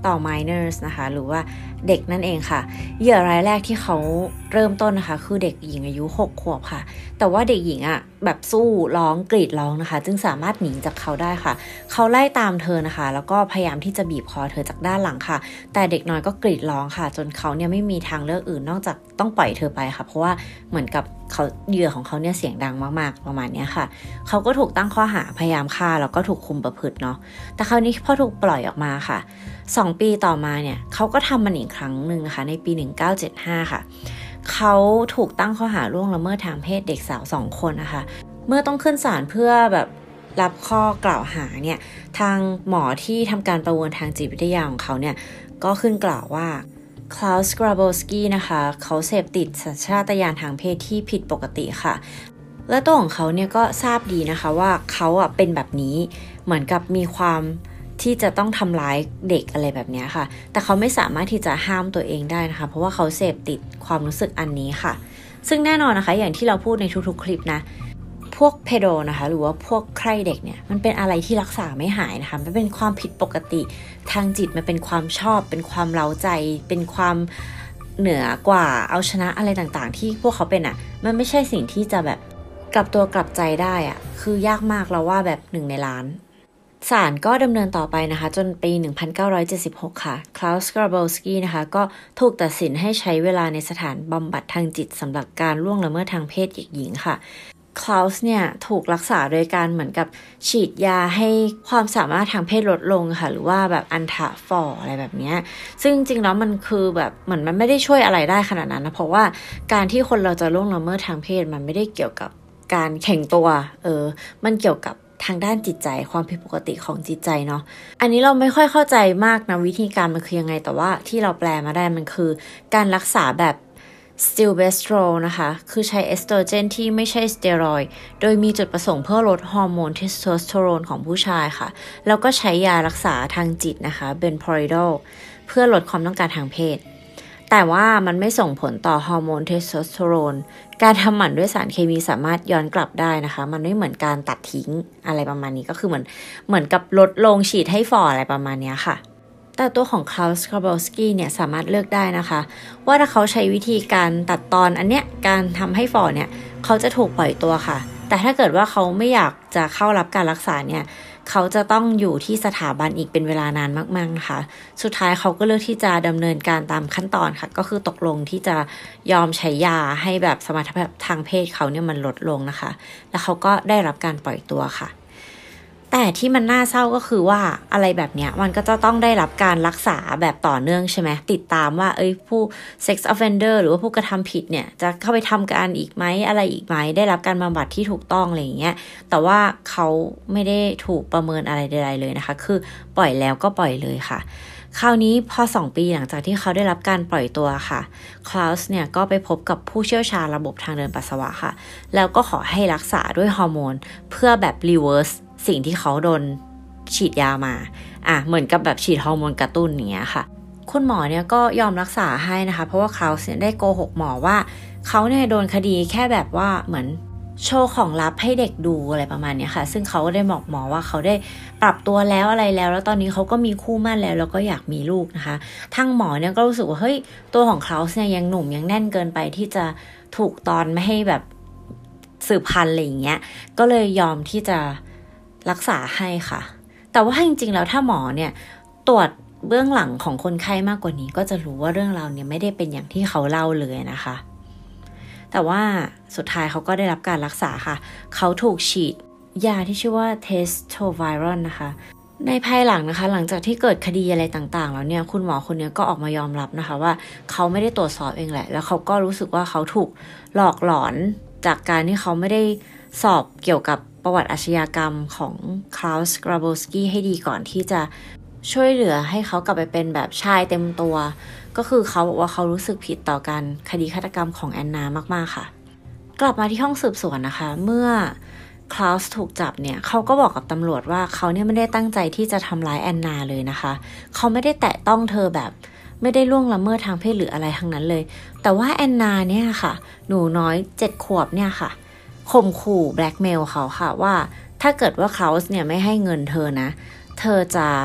ต่อ minors นะคะหรือว่าเด็กนั่นเองค่ะเหยื่อรายแรกที่เขาเริ่มต้นนะคะคือเด็กหญิงอายุหกขวบค่ะแต่ว่าเด็กหญิงอ่ะแบบสู้ร้องกรีดร้องนะคะจึงสามารถหนีจากเขาได้ค่ะเขาไล่ตามเธอนะคะแล้วก็พยายามที่จะบีบคอเธอจากด้านหลังค่ะแต่เด็กน้อยก็กรีดร้องค่ะจนเขาเนี่ยไม่มีทางเลือกอื่นนอกจากต้องปล่อยเธอไปค่ะเพราะว่าเหมือนกับเขาเหยื่อของเขาเนี่ยเสียงดังมากๆประมาณนี้ค่ะเขาก็ถูกตั้งข้อหาพยายามฆ่าแล้วก็ถูกคุมประพฤติเนาะแต่คราวนี้พอถูกปล่อยออกมาค่ะสองปีต่อมาเนี่ยเขาก็ทำมันอีกครั้งหนึ่งนะคะในปีหนึ่งพันเก้าร้อยเจ็ดสิบห้าค่ะเขาถูกตั้งข้อหาล่วงละเมิดทางเพศเด็กสาวสองคนนะคะเมื่อต้องขึ้นศาลเพื่อแบบรับข้อกล่าวหาเนี่ยทางหมอที่ทำการประเมินทางจิตวิทยาของเขาเนี่ยก็ขึ้นกล่าวว่าคลาวส์ กราโบสกี้นะคะเขาเสพติดสัญชาตญาณทางเพศที่ผิดปกติค่ะและตัวของเขาเนี่ยก็ทราบดีนะคะว่าเขาอ่ะเป็นแบบนี้เหมือนกับมีความที่จะต้องทำร้ายเด็กอะไรแบบนี้ค่ะแต่เขาไม่สามารถที่จะห้ามตัวเองได้นะคะเพราะว่าเขาเสพติดความรู้สึกอันนี้ค่ะซึ่งแน่นอนนะคะอย่างที่เราพูดในทุกๆคลิปนะพวกเพโดนะคะหรือว่าพวกใคร่เด็กเนี่ยมันเป็นอะไรที่รักษาไม่หายนะคะมันเป็นความผิดปกติทางจิตมันเป็นความชอบเป็นความเร้าใจเป็นความเหนือกว่าเอาชนะอะไรต่างๆที่พวกเขาเป็นอ่ะมันไม่ใช่สิ่งที่จะแบบกลับตัวกลับใจได้อ่ะคือยากมากเราว่าแบบหนึ่งในล้านศาลก็ดำเนินต่อไปนะคะจนปีหนึ่งพันเก้าร้อยเจ็ดสิบหกค่ะคลาวส์ กราโบสกี้นะคะก็ถูกตัดสินให้ใช้เวลาในสถานบำบัดทางจิตสำหรับการล่วงละเมิดทางเพศเด็กหญิงค่ะคลาวส์เนี่ยถูกรักษาโดยการเหมือนกับฉีดยาให้ความสามารถทางเพศลดลงค่ะหรือว่าแบบอันทะฟออะไรแบบนี้ซึ่งจริงๆแล้วมันคือแบบเหมือนมันไม่ได้ช่วยอะไรได้ขนาดนั้นนะเพราะว่าการที่คนเราจะล่วงละเมิดทางเพศมันไม่ได้เกี่ยวกับการแข่งตัวเออมันเกี่ยวกับทางด้านจิตใจความผิดปกติของจิตใจเนาะอันนี้เราไม่ค่อยเข้าใจมากนะวิธีการมันคือยังไงแต่ว่าที่เราแปลมาได้มันคือการรักษาแบบสติลเบสโตรนะคะคือใช้เอสโตรเจนที่ไม่ใช่สเตียรอยด์โดยมีจุดประสงค์เพื่อลดฮอร์โมนเทสโทสเตอโรนของผู้ชายค่ะแล้วก็ใช้ยารักษาทางจิตนะคะเบนพอริโดเพื่อลดความต้องการทางเพศแต่ว่ามันไม่ส่งผลต่อฮอร์โมนเทสโทสเตอโรนการทำหมันด้วยสารเคมีสามารถย้อนกลับได้นะคะมันไม่เหมือนการตัดทิ้งอะไรประมาณนี้ก็คือเหมือนเหมือนกับลดลงฉีดให้ฝ่ออะไรประมาณนี้ค่ะแต่ตัวของคลาวส์ กราโบสกี้เนี่ยสามารถเลือกได้นะคะว่าถ้าเขาใช้วิธีการตัดตอนอันเนี้ยการทำให้ฝ่อเนี่ยเขาจะถูกปล่อยตัวค่ะแต่ถ้าเกิดว่าเขาไม่อยากจะเข้ารับการรักษาเนี่ยเขาจะต้องอยู่ที่สถาบันอีกเป็นเวลานานมากๆนะคะสุดท้ายเขาก็เลือกที่จะดำเนินการตามขั้นตอนค่ะก็คือตกลงที่จะยอมใช้ยาให้แบบสมรรถภาพทางเพศเขาเนี่ยมันลดลงนะคะแล้วเขาก็ได้รับการปล่อยตัวค่ะแต่ที่มันน่าเศร้าก็คือว่าอะไรแบบเนี้ยมันก็จะต้องได้รับการรักษาแบบต่อเนื่องใช่ไหมติดตามว่าเอ้ยผู้ sex offender หรือว่าผู้กระทำผิดเนี่ยจะเข้าไปทำการอีกไหมอะไรอีกไหมได้รับการบำบัดที่ถูกต้องอะไรอย่างเงี้ยแต่ว่าเขาไม่ได้ถูกประเมินอะไรใดๆเลยนะคะคือปล่อยแล้วก็ปล่อยเลยค่ะคราวนี้พอสองปีหลังจากที่เขาได้รับการปล่อยตัวค่ะคลาวส์เนี่ยก็ไปพบกับผู้เชี่ยวชาญระบบทางเดินปัสสาวะค่ะแล้วก็ขอให้รักษาด้วยฮอร์โมนเพื่อแบบ reverseสิ่งที่เขาโดนฉีดยามาอ่ะเหมือนกับแบบฉีดฮอร์โมนกระตุ้นอย่างเงี้ยค่ะคุณหมอเนี่ยก็ยอมรักษาให้นะคะเพราะว่าเขาเนี่ยได้โกหกหมอว่าเขาเนี่ยโดนคดีแค่แบบว่าเหมือนโชว์ของลับให้เด็กดูอะไรประมาณนี้ค่ะซึ่งเขาก็ได้บอกหมอว่าเขาได้ปรับตัวแล้วอะไรแล้วแล้วตอนนี้เขาก็มีคู่มั่นแล้วแล้วก็อยากมีลูกนะคะทั้งหมอเนี่ยก็รู้สึกว่าเฮ้ยตัวของเขาเนี่ยยังหนุ่มยังแน่นเกินไปที่จะถูกตอนไม่ให้แบบสืบพันธุ์อะไรอย่างเงี้ยก็เลยยอมที่จะรักษาให้ค่ะแต่ว่าจริงๆแล้วถ้าหมอเนี่ยตรวจเบื้องหลังของคนไข้มากกว่านี้ก็จะรู้ว่าเรื่องราวเนี่ยไม่ได้เป็นอย่างที่เขาเล่าเลยนะคะแต่ว่าสุดท้ายเขาก็ได้รับการรักษาค่ะเขาถูกฉีดยาที่ชื่อว่าเทสโทไวรอนนะคะในภายหลังนะคะหลังจากที่เกิดคดีอะไรต่างๆแล้วเนี่ยคุณหมอคนนี้ก็ออกมายอมรับนะคะว่าเขาไม่ได้ตรวจสอบเองแหละแล้วเขาก็รู้สึกว่าเขาถูกหลอกหลอนจากการที่เขาไม่ได้สอบเกี่ยวกับประวัติอาชญากรรมของคลาวส์ กราโบสกี้ให้ดีก่อนที่จะช่วยเหลือให้เขากลับไปเป็นแบบชายเต็มตัวก็คือเขาบอกว่าเขารู้สึกผิดต่อการคดีฆาตกรรมของแอนนามากๆค่ะกลับมาที่ห้องสืบสวนนะคะเมื่อคลาวส์ถูกจับเนี่ยเขาก็บอกกับตำรวจว่าเขาเนี่ยไม่ได้ตั้งใจที่จะทำร้ายแอนนาเลยนะคะเขาไม่ได้แตะต้องเธอแบบไม่ได้ล่วงละเมิดทางเพศหรืออะไรทั้งนั้นเลยแต่ว่าแอนนาเนี่ยค่ะหนูน้อยเจ็ดขวบเนี่ยค่ะข่มขู่แบล็กเมลเขาค่ะว่าถ้าเกิดว่าคลาวส์เนี่ยไม่ให้เงินเธอนะเธอจะ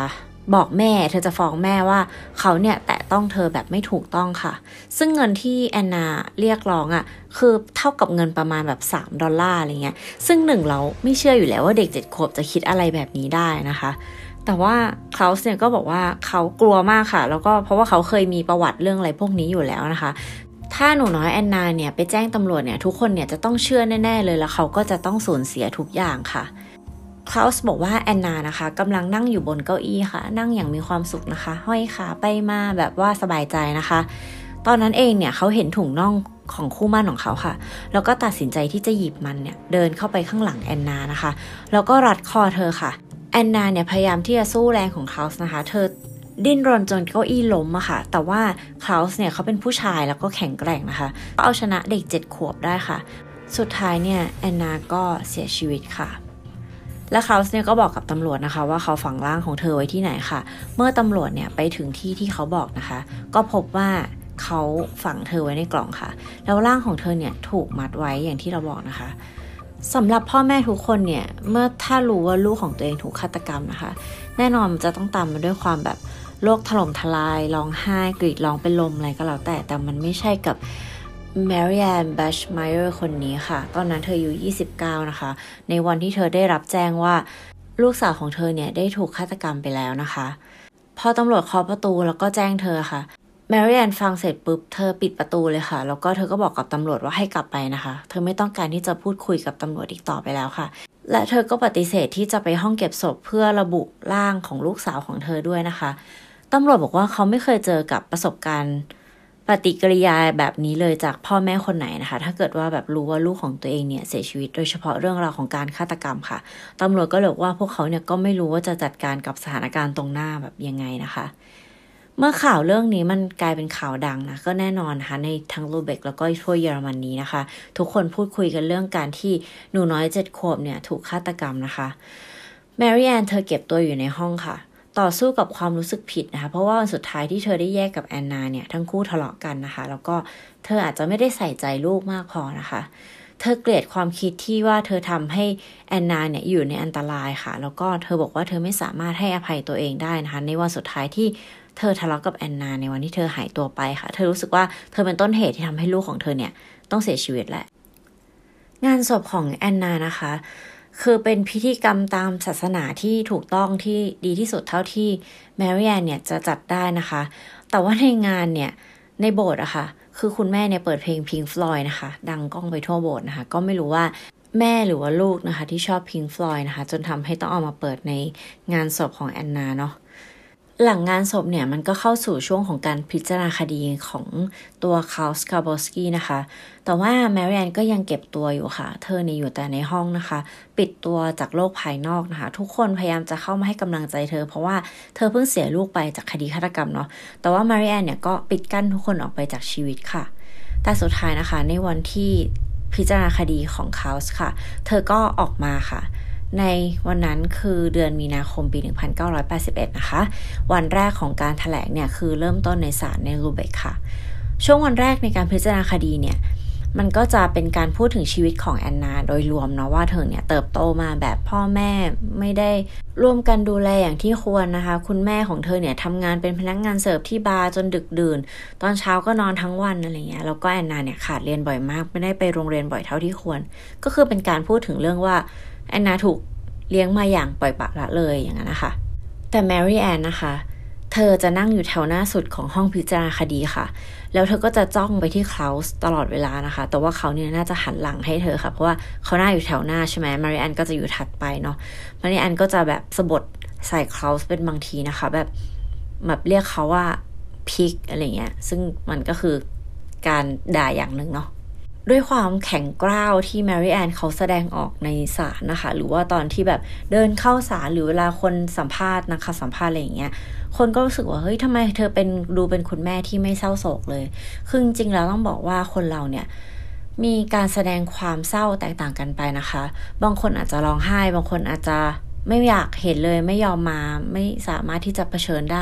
บอกแม่เธอจะฟ้องแม่ว่าเขาเนี่ยแตะต้องเธอแบบไม่ถูกต้องค่ะซึ่งเงินที่แอนนาเรียกร้องอ่ะคือเท่ากับเงินประมาณแบบสามดอลลาร์อะไรเงี้ยซึ่งหนึ่งเราไม่เชื่ออยู่แล้วว่าเด็กเจ็ดขวบจะคิดอะไรแบบนี้ได้นะคะแต่ว่าคลาวส์เนี่ยก็บอกว่าเขากลัวมากค่ะแล้วก็เพราะว่าเขาเคยมีประวัติเรื่องอะไรพวกนี้อยู่แล้วนะคะถ้าหนูน้อยแอนนาเนี่ยไปแจ้งตำรวจเนี่ยทุกคนเนี่ยจะต้องเชื่อแน่ๆเลยแล้วเขาก็จะต้องสูญเสียทุกอย่างค่ะคลาวส์บอกว่าแอนนานะคะกำลังนั่งอยู่บนเก้าอี้ค่ะนั่งอย่างมีความสุขนะคะห้อยขาไปมาแบบว่าสบายใจนะคะตอนนั้นเองเนี่ยเขาเห็นถุงน่องของคู่หมั่นของเขาค่ะแล้วก็ตัดสินใจที่จะหยิบมันเนี่ยเดินเข้าไปข้างหลังแอนนานะคะแล้วก็รัดคอเธอค่ะแอนนาเนี่ยพยายามที่จะสู้แรงของคลาวส์นะคะเธอดิ้นรนจนเก้าอี้ล้มอะค่ะแต่ว่าคลาวส์เนี่ยเขาเป็นผู้ชายแล้วก็แข็งแกร่งนะคะก็เอาชนะเด็กเจ็ดขวบได้ค่ะสุดท้ายเนี่ยแอนนาก็เสียชีวิตค่ะและคลาวส์เนี่ยก็บอกกับตำรวจนะคะว่าเขาฝังร่างของเธอไว้ที่ไหนค่ะเมื่อตำรวจเนี่ยไปถึงที่ที่เขาบอกนะคะก็พบว่าเขาฝังเธอไว้ในกล่องค่ะแล้วร่างของเธอเนี่ยถูกมัดไว้อย่างที่เราบอกนะคะสำหรับพ่อแม่ทุกคนเนี่ยเมื่อถ้ารู้ว่าลูกของตัวเองถูกฆาตกรรมนะคะแน่นอนจะต้องตามมาด้วยความแบบโลกถล่มทลายร้องไห้กรีดร้องเป็นลมอะไรก็แล้วแต่แต่มันไม่ใช่กับแมรี่แอนแบชไมเออร์คนนี้ค่ะตอนนั้นเธออายุยี่สิบเก้านะคะในวันที่เธอได้รับแจ้งว่าลูกสาวของเธอเนี่ยได้ถูกฆาตกรรมไปแล้วนะคะพอตำรวจเคาะประตูแล้วก็แจ้งเธอค่ะแมรี่แอนฟังเสร็จปุ๊บเธอปิดประตูเลยค่ะแล้วก็เธอก็บอกกับตำรวจว่าให้กลับไปนะคะเธอไม่ต้องการที่จะพูดคุยกับตำรวจอีกต่อไปแล้วค่ะและเธอก็ปฏิเสธที่จะไปห้องเก็บศพเพื่อระบุร่างของลูกสาวของเธอด้วยนะคะตำรวจบอกว่าเขาไม่เคยเจอกับประสบการณ์ปฏิกิริยาแบบนี้เลยจากพ่อแม่คนไหนนะคะถ้าเกิดว่าแบบรู้ว่าลูกของตัวเองเนี่ยเสียชีวิตโดยเฉพาะเรื่องราวของการฆาตกรรมค่ะตำรวจก็เลยว่าพวกเขาเนี่ยก็ไม่รู้ว่าจะจัดการกับสถานการณ์ตรงหน้าแบบยังไงนะคะเมื่อข่าวเรื่องนี้มันกลายเป็นข่าวดังนะก็แน่นอนนะคะในทั้งลูเบกแล้วก็ทั่วเยอรมนีนะคะทุกคนพูดคุยกันเรื่องการที่หนูน้อยเจ็ดขวบเนี่ยถูกฆาตกรรมนะคะแมรี่แอนเธอเก็บตัวอยู่ในห้องค่ะต่อสู้กับความรู้สึกผิดนะคะเพราะว่าวันสุดท้ายที่เธอได้แยกกับแอนนาเนี่ยทั้งคู่ทะเลาะกันนะคะแล้วก็เธออาจจะไม่ได้ใส่ใจลูกมากพอนะคะเธอเกลียดความคิดที่ว่าเธอทำให้แอนนาเนี่ยอยู่ในอันตรายค่ะแล้วก็เธอบอกว่าเธอไม่สามารถให้อภัยตัวเองได้นะคะในวันสุดท้ายที่เธอทะเลาะกับแอนนาในวันที่เธอหายตัวไปค่ะเธอรู้สึกว่าเธอเป็นต้นเหตุที่ทำให้ลูกของเธอเนี่ยต้องเสียชีวิตแหละงานศพของแอนนานะคะคือเป็นพิธีกรรมตามศาสนาที่ถูกต้องที่ดีที่สุดเท่าที่แมรี่แอนเนี่ยจะจัดได้นะคะแต่ว่าในงานเนี่ยในโบสถ์อะค่ะคือคุณแม่เนี่ยเปิดเพลง Pink Floyd นะคะดังก้องไปทั่วโบสถ์นะคะก็ไม่รู้ว่าแม่หรือว่าลูกนะคะที่ชอบ Pink Floyd นะคะจนทำให้ต้องเอามาเปิดในงานศพของแอนนาเนาะหลังงานศพเนี่ยมันก็เข้าสู่ช่วงของการพิจารณาคดีของตัวคาร์ล สคาร์บอสกี้นะคะแต่ว่าแมรี่แอนก็ยังเก็บตัวอยู่ค่ะเธอเนี่ยอยู่แต่ในห้องนะคะปิดตัวจากโลกภายนอกนะคะทุกคนพยายามจะเข้ามาให้กำลังใจเธอเพราะว่าเธอเพิ่งเสียลูกไปจากคดีฆาตกรรมเนาะแต่ว่าแมรี่แอนเนี่ยก็ปิดกั้นทุกคนออกไปจากชีวิตค่ะแต่สุดท้ายนะคะในวันที่พิจารณาคดีของคาร์ลค่ะเธอก็ออกมาค่ะในวันนั้นคือเดือนมีนาคมปีหนึ่งพันเก้าร้อยแปดสิบเอ็ดนะคะวันแรกของการแถลงเนี่ยคือเริ่มต้นในศาลในลูเบกค่ะช่วงวันแรกในการพิจารณาคดีเนี่ยมันก็จะเป็นการพูดถึงชีวิตของแอนนาโดยรวมเนาะว่าเธอเนี่ยเติบโตมาแบบพ่อแม่ไม่ได้ร่วมกันดูแลอย่างที่ควรนะคะคุณแม่ของเธอเนี่ยทำงานเป็นพนักงานเสิร์ฟที่บาร์จนดึกดื่นตอนเช้าก็นอนทั้งวันอะไรเงี้ยแล้วก็แอนนาเนี่ยขาดเรียนบ่อยมากไม่ได้ไปโรงเรียนบ่อยเท่าที่ควรก็คือเป็นการพูดถึงเรื่องว่าแอนนาถูกเลี้ยงมาอย่างปล่อยปละละเลยอย่างนั้นนะคะแต่แมรี่แอนนะคะเธอจะนั่งอยู่แถวหน้าสุดของห้องพิจารณาคดีค่ะแล้วเธอก็จะจ้องไปที่คลาวส์ตลอดเวลานะคะแต่ว่าเขาเนี่ยน่าจะหันหลังให้เธอค่ะเพราะว่าเขาหน้าอยู่แถวหน้าใช่ไหมแมรี่แอนก็จะอยู่ถัดไปเนาะแมรี่แอนก็จะแบบสะบดใส่คลาวส์เป็นบางทีนะคะแบบแบบเรียกเขาว่าพิกอะไรเงี้ยซึ่งมันก็คือการด่าอย่างหนึ่งเนาะด้วยความแข็งกร้าวที่แมรี่แอนเขาแสดงออกในศาลนะคะหรือว่าตอนที่แบบเดินเข้าศาลหรือเวลาคนสัมภาษณ์นะคะสัมภาษณ์อะไรอย่างเงี้ยคนก็รู้สึกว่าเฮ้ยทำไมเธอเป็นดูเป็นคุณแม่ที่ไม่เศร้าโศกเลยคือจริงๆแล้วต้องบอกว่าคนเราเนี่ยมีการแสดงความเศร้าแตกต่างกันไปนะคะบางคนอาจจะร้องไห้บางคนอาจจะไม่อยากเห็นเลยไม่ยอมมาไม่สามารถที่จะเผชิญได้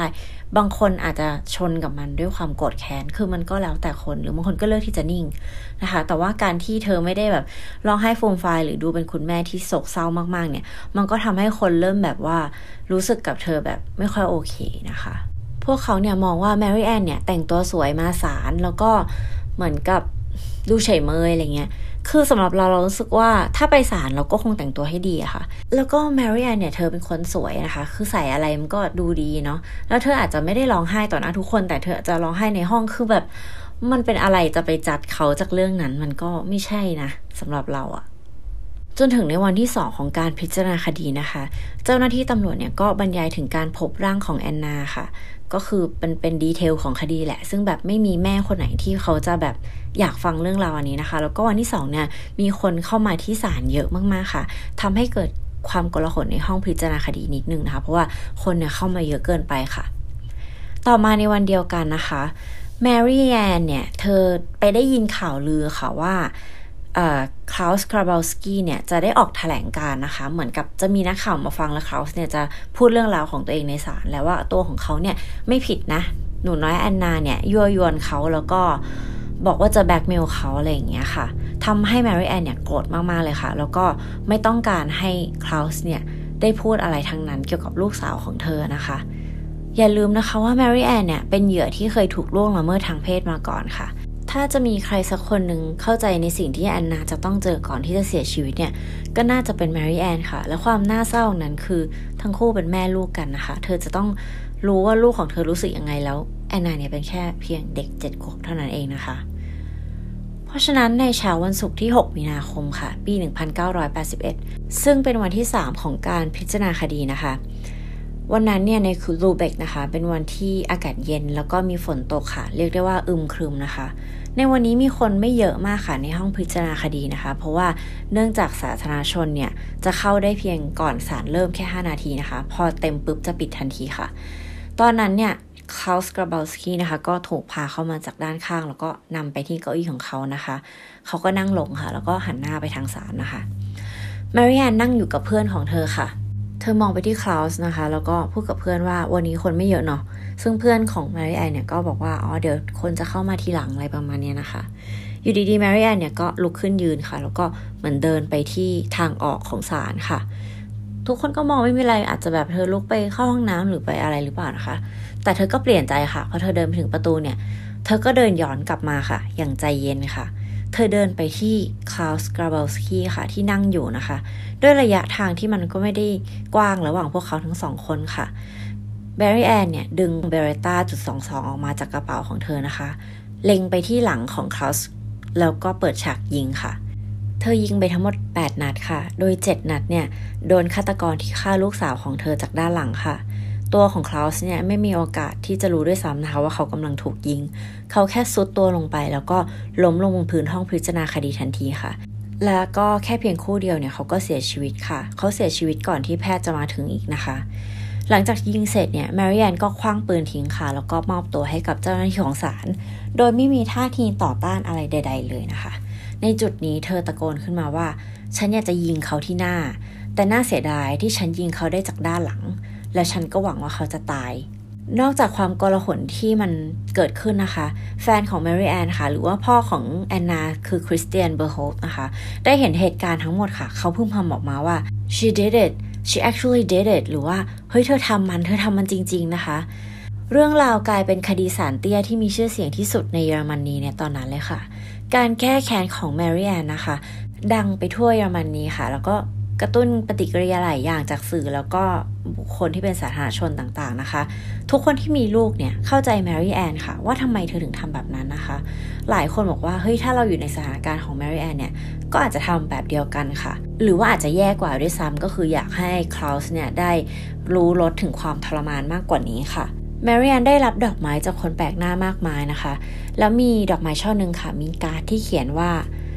บางคนอาจจะชนกับมันด้วยความโกรธแค้นคือมันก็แล้วแต่คนหรือบางคนก็เลือกที่จะนิ่งนะคะแต่ว่าการที่เธอไม่ได้แบบร้องไห้ฟูมฟายหรือดูเป็นคุณแม่ที่โศกเศร้ามากๆเนี่ยมันก็ทำให้คนเริ่มแบบว่ารู้สึกกับเธอแบบไม่ค่อยโอเคนะคะพวกเขาเนี่ยมองว่าแมรี่แอนเนี่ยแต่งตัวสวยมาศาลแล้วก็เหมือนกับดูเฉยเมยอะไรเงี้ยคือสำหรับเราเรารู้สึกว่าถ้าไปศาลเราก็คงแต่งตัวให้ดีอะค่ะแล้วก็แมรี่แอนเนี่ยเธอเป็นคนสวยนะคะคือใส่อะไรมันก็ดูดีเนาะแล้วเธออาจจะไม่ได้ร้องไห้ต่อหน้าทุกคนแต่เธอจะร้องไห้ในห้องคือแบบมันเป็นอะไรจะไปจัดเขาจากเรื่องนั้นมันก็ไม่ใช่นะสำหรับเราอะจนถึงในวันที่สองของการพิจารณาคดีนะคะเจ้าหน้าที่ตำรวจเนี่ยก็บรรยายถึงการพบร่างของแอนนาค่ะก็คือเป็นเป็นดีเทลของคดีแหละซึ่งแบบไม่มีแม่คนไหนที่เขาจะแบบอยากฟังเรื่องราวอันนี้นะคะแล้วก็วันที่สองเนี่ยมีคนเข้ามาที่ศาลเยอะมากๆค่ะทำให้เกิดความโกลาหลในห้องพิจารณาคดีนิดนึงนะคะเพราะว่าคนเนี่ยเข้ามาเยอะเกินไปค่ะต่อมาในวันเดียวกันนะคะแมรี่แอนเนี่ยเธอไปได้ยินข่าวลือค่ะว่าคลาวส์ คราบาลสกี้เนี่ยจะได้ออกแถลงการนะคะเหมือนกับจะมีนักข่าวมาฟังแล้วคลาวส์เนี่ยจะพูดเรื่องราวของตัวเองในศาลแล้วว่าตัวของเขาเนี่ยไม่ผิดนะหนูน้อยแอนนาเนี่ยยั่วยวนเขาแล้วก็บอกว่าจะแบล็กเมลเขาอะไรอย่างเงี้ยค่ะทำให้แมรี่แอนเนี่ยโกรธมากๆเลยค่ะแล้วก็ไม่ต้องการให้คลาวส์เนี่ยได้พูดอะไรทั้งนั้นเกี่ยวกับลูกสาวของเธอนะคะอย่าลืมนะคะว่าแมรี่แอนเนี่ยเป็นเหยื่อที่เคยถูกล่วงละเมิดทางเพศมาก่อนค่ะถ้าจะมีใครสักคนหนึ่งเข้าใจในสิ่งที่แอนนาจะต้องเจอก่อนที่จะเสียชีวิตเนี่ยก็น่าจะเป็นแมรี่แอนค่ะและความน่าเศร้านั้นคือทั้งคู่เป็นแม่ลูกกันนะคะเธอจะต้องรู้ว่าลูกของเธอรู้สึกยังไงแล้วแอนนาเนี่ยเป็นแค่เพียงเด็กเจ็ดขวบเท่านั้นเองนะคะเพราะฉะนั้นในเช้าวันศุกร์ที่หกมีนาคมค่ะปีหนึ่งพันเก้าร้อยแปดสิบเอ็ดซึ่งเป็นวันที่สามของการพิจารณาคดีนะคะวันนั้นเนี่ยในลูเบกนะคะเป็นวันที่อากาศเย็นแล้วก็มีฝนตกค่ะเรียกได้ว่าอึมครึมนะคะในวันนี้มีคนไม่เยอะมากค่ะในห้องพิจารณาคดีนะคะเพราะว่าเนื่องจากสาธารณชนเนี่ยจะเข้าได้เพียงก่อนศาลเริ่มแค่ห้านาทีนะคะพอเต็มปุ๊บจะปิดทันทีค่ะตอนนั้นเนี่ยคลาวส์ กราบาลสกี้นะคะก็ถูกพาเข้ามาจากด้านข้างแล้วก็นำไปที่เก้าอี้ของเขานะคะเขาก็นั่งลงค่ะแล้วก็หันหน้าไปทางศาลนะคะแมรี่แอนนั่งอยู่กับเพื่อนของเธอค่ะเธอมองไปที่คลาวส์นะคะแล้วก็พูดกับเพื่อนว่าวันนี้คนไม่เยอะเนาะซึ่งเพื่อนของแมรี่แอนเนี่ยก็บอกว่าอ๋อเดี๋ยวคนจะเข้ามาทีหลังอะไรประมาณนี้นะคะอยู่ดีๆแมรี่แอนเนี่ยก็ลุกขึ้นยืนค่ะแล้วก็เหมือนเดินไปที่ทางออกของศาลค่ะทุกคนก็มองไม่มีอะไรอาจจะแบบเธอลุกไปเข้าห้องน้ำหรือไปอะไรหรือเปล่านะคะแต่เธอก็เปลี่ยนใจค่ะพอเธอเดินไปถึงประตูเนี่ยเธอก็เดินย้อนกลับมาค่ะอย่างใจเย็นค่ะเธอเดินไปที่คลาวส์ กราบาลสกี้ค่ะที่นั่งอยู่นะคะด้วยระยะทางที่มันก็ไม่ได้กว้างระหว่างพวกเขาทั้งสองคนค่ะแมรี่แอนเนี่ยดึงเบเรต้าจุดสองสองออกมาจากกระเป๋าของเธอนะคะเล็งไปที่หลังของคลาวส์แล้วก็เปิดฉากยิงค่ะเธอยิงไปทั้งหมดแปดนัดค่ะโดยเจ็ดนัดเนี่ยโดนฆาตกรที่ฆ่าลูกสาวของเธอจากด้านหลังค่ะตัวของคลาวส์เนี่ยไม่มีโอกาสที่จะรู้ด้วยซ้ำนะคะว่าเขากำลังถูกยิงเขาแค่ซุดตัวลงไปแล้วก็ล้มลงบนพื้นห้องพิจารณาคดีทันทีค่ะแล้วก็แค่เพียงคู่เดียวเนี่ยเขาก็เสียชีวิตค่ะเขาเสียชีวิตก่อนที่แพทย์จะมาถึงอีกนะคะหลังจากยิงเสร็จเนี่ยแมรี่แอนก็คว้างปืนทิ้งค่ะแล้วก็มอบตัวให้กับเจ้าหน้าที่ของศาลโดยไม่มีท่าทีต่อต้านอะไรใดๆเลยนะคะในจุดนี้เธอตะโกนขึ้นมาว่าฉันอยากจะยิงเขาที่หน้าแต่น่าเสียดายที่ฉันยิงเขาได้จากด้านหลังและฉันก็หวังว่าเขาจะตายนอกจากความโกลาหลที่มันเกิดขึ้นนะคะแฟนของแมรี่แอนค่ะหรือว่าพ่อของแอนนาคือคริสเตียนเบอร์โฮลต์นะคะได้เห็นเหตุการณ์ทั้งหมดค่ะเขาพึ่งพำออกมาว่า she did it she actually did it หรือว่าเฮ้ยเธอทำมันเธอทำมันจริงๆนะคะเรื่องราวกลายเป็นคดีศาลเตี้ยที่มีชื่อเสียงที่สุดในเยอรมนีในตอนนั้นเลยค่ะการแก้แค้นของแมรี่แอนนะคะดังไปทั่วเยอรมนีค่ะแล้วก็กระตุ้นปฏิกิริยาหลายอย่างจากสื่อแล้วก็บุคคลที่เป็นสาธารณชนต่างๆนะคะทุกคนที่มีลูกเนี่ยเข้าใจแมรี่แอนค่ะว่าทำไมเธอถึงทำแบบนั้นนะคะหลายคนบอกว่าเฮ้ยถ้าเราอยู่ในสถานการณ์ของแมรี่แอนเนี่ยก็อาจจะทำแบบเดียวกันค่ะหรือว่าอาจจะแย่กว่าด้วยซ้ำก็คืออยากให้คลาวส์เนี่ยได้รู้ลดถึงความทรมานมากกว่านี้ค่ะแมรี่แอนได้รับดอกไม้จากคนแปลกหน้ามากมายนะคะแล้วมีดอกไม้ช่อนึงค่ะมีการ์ดที่เขียนว่า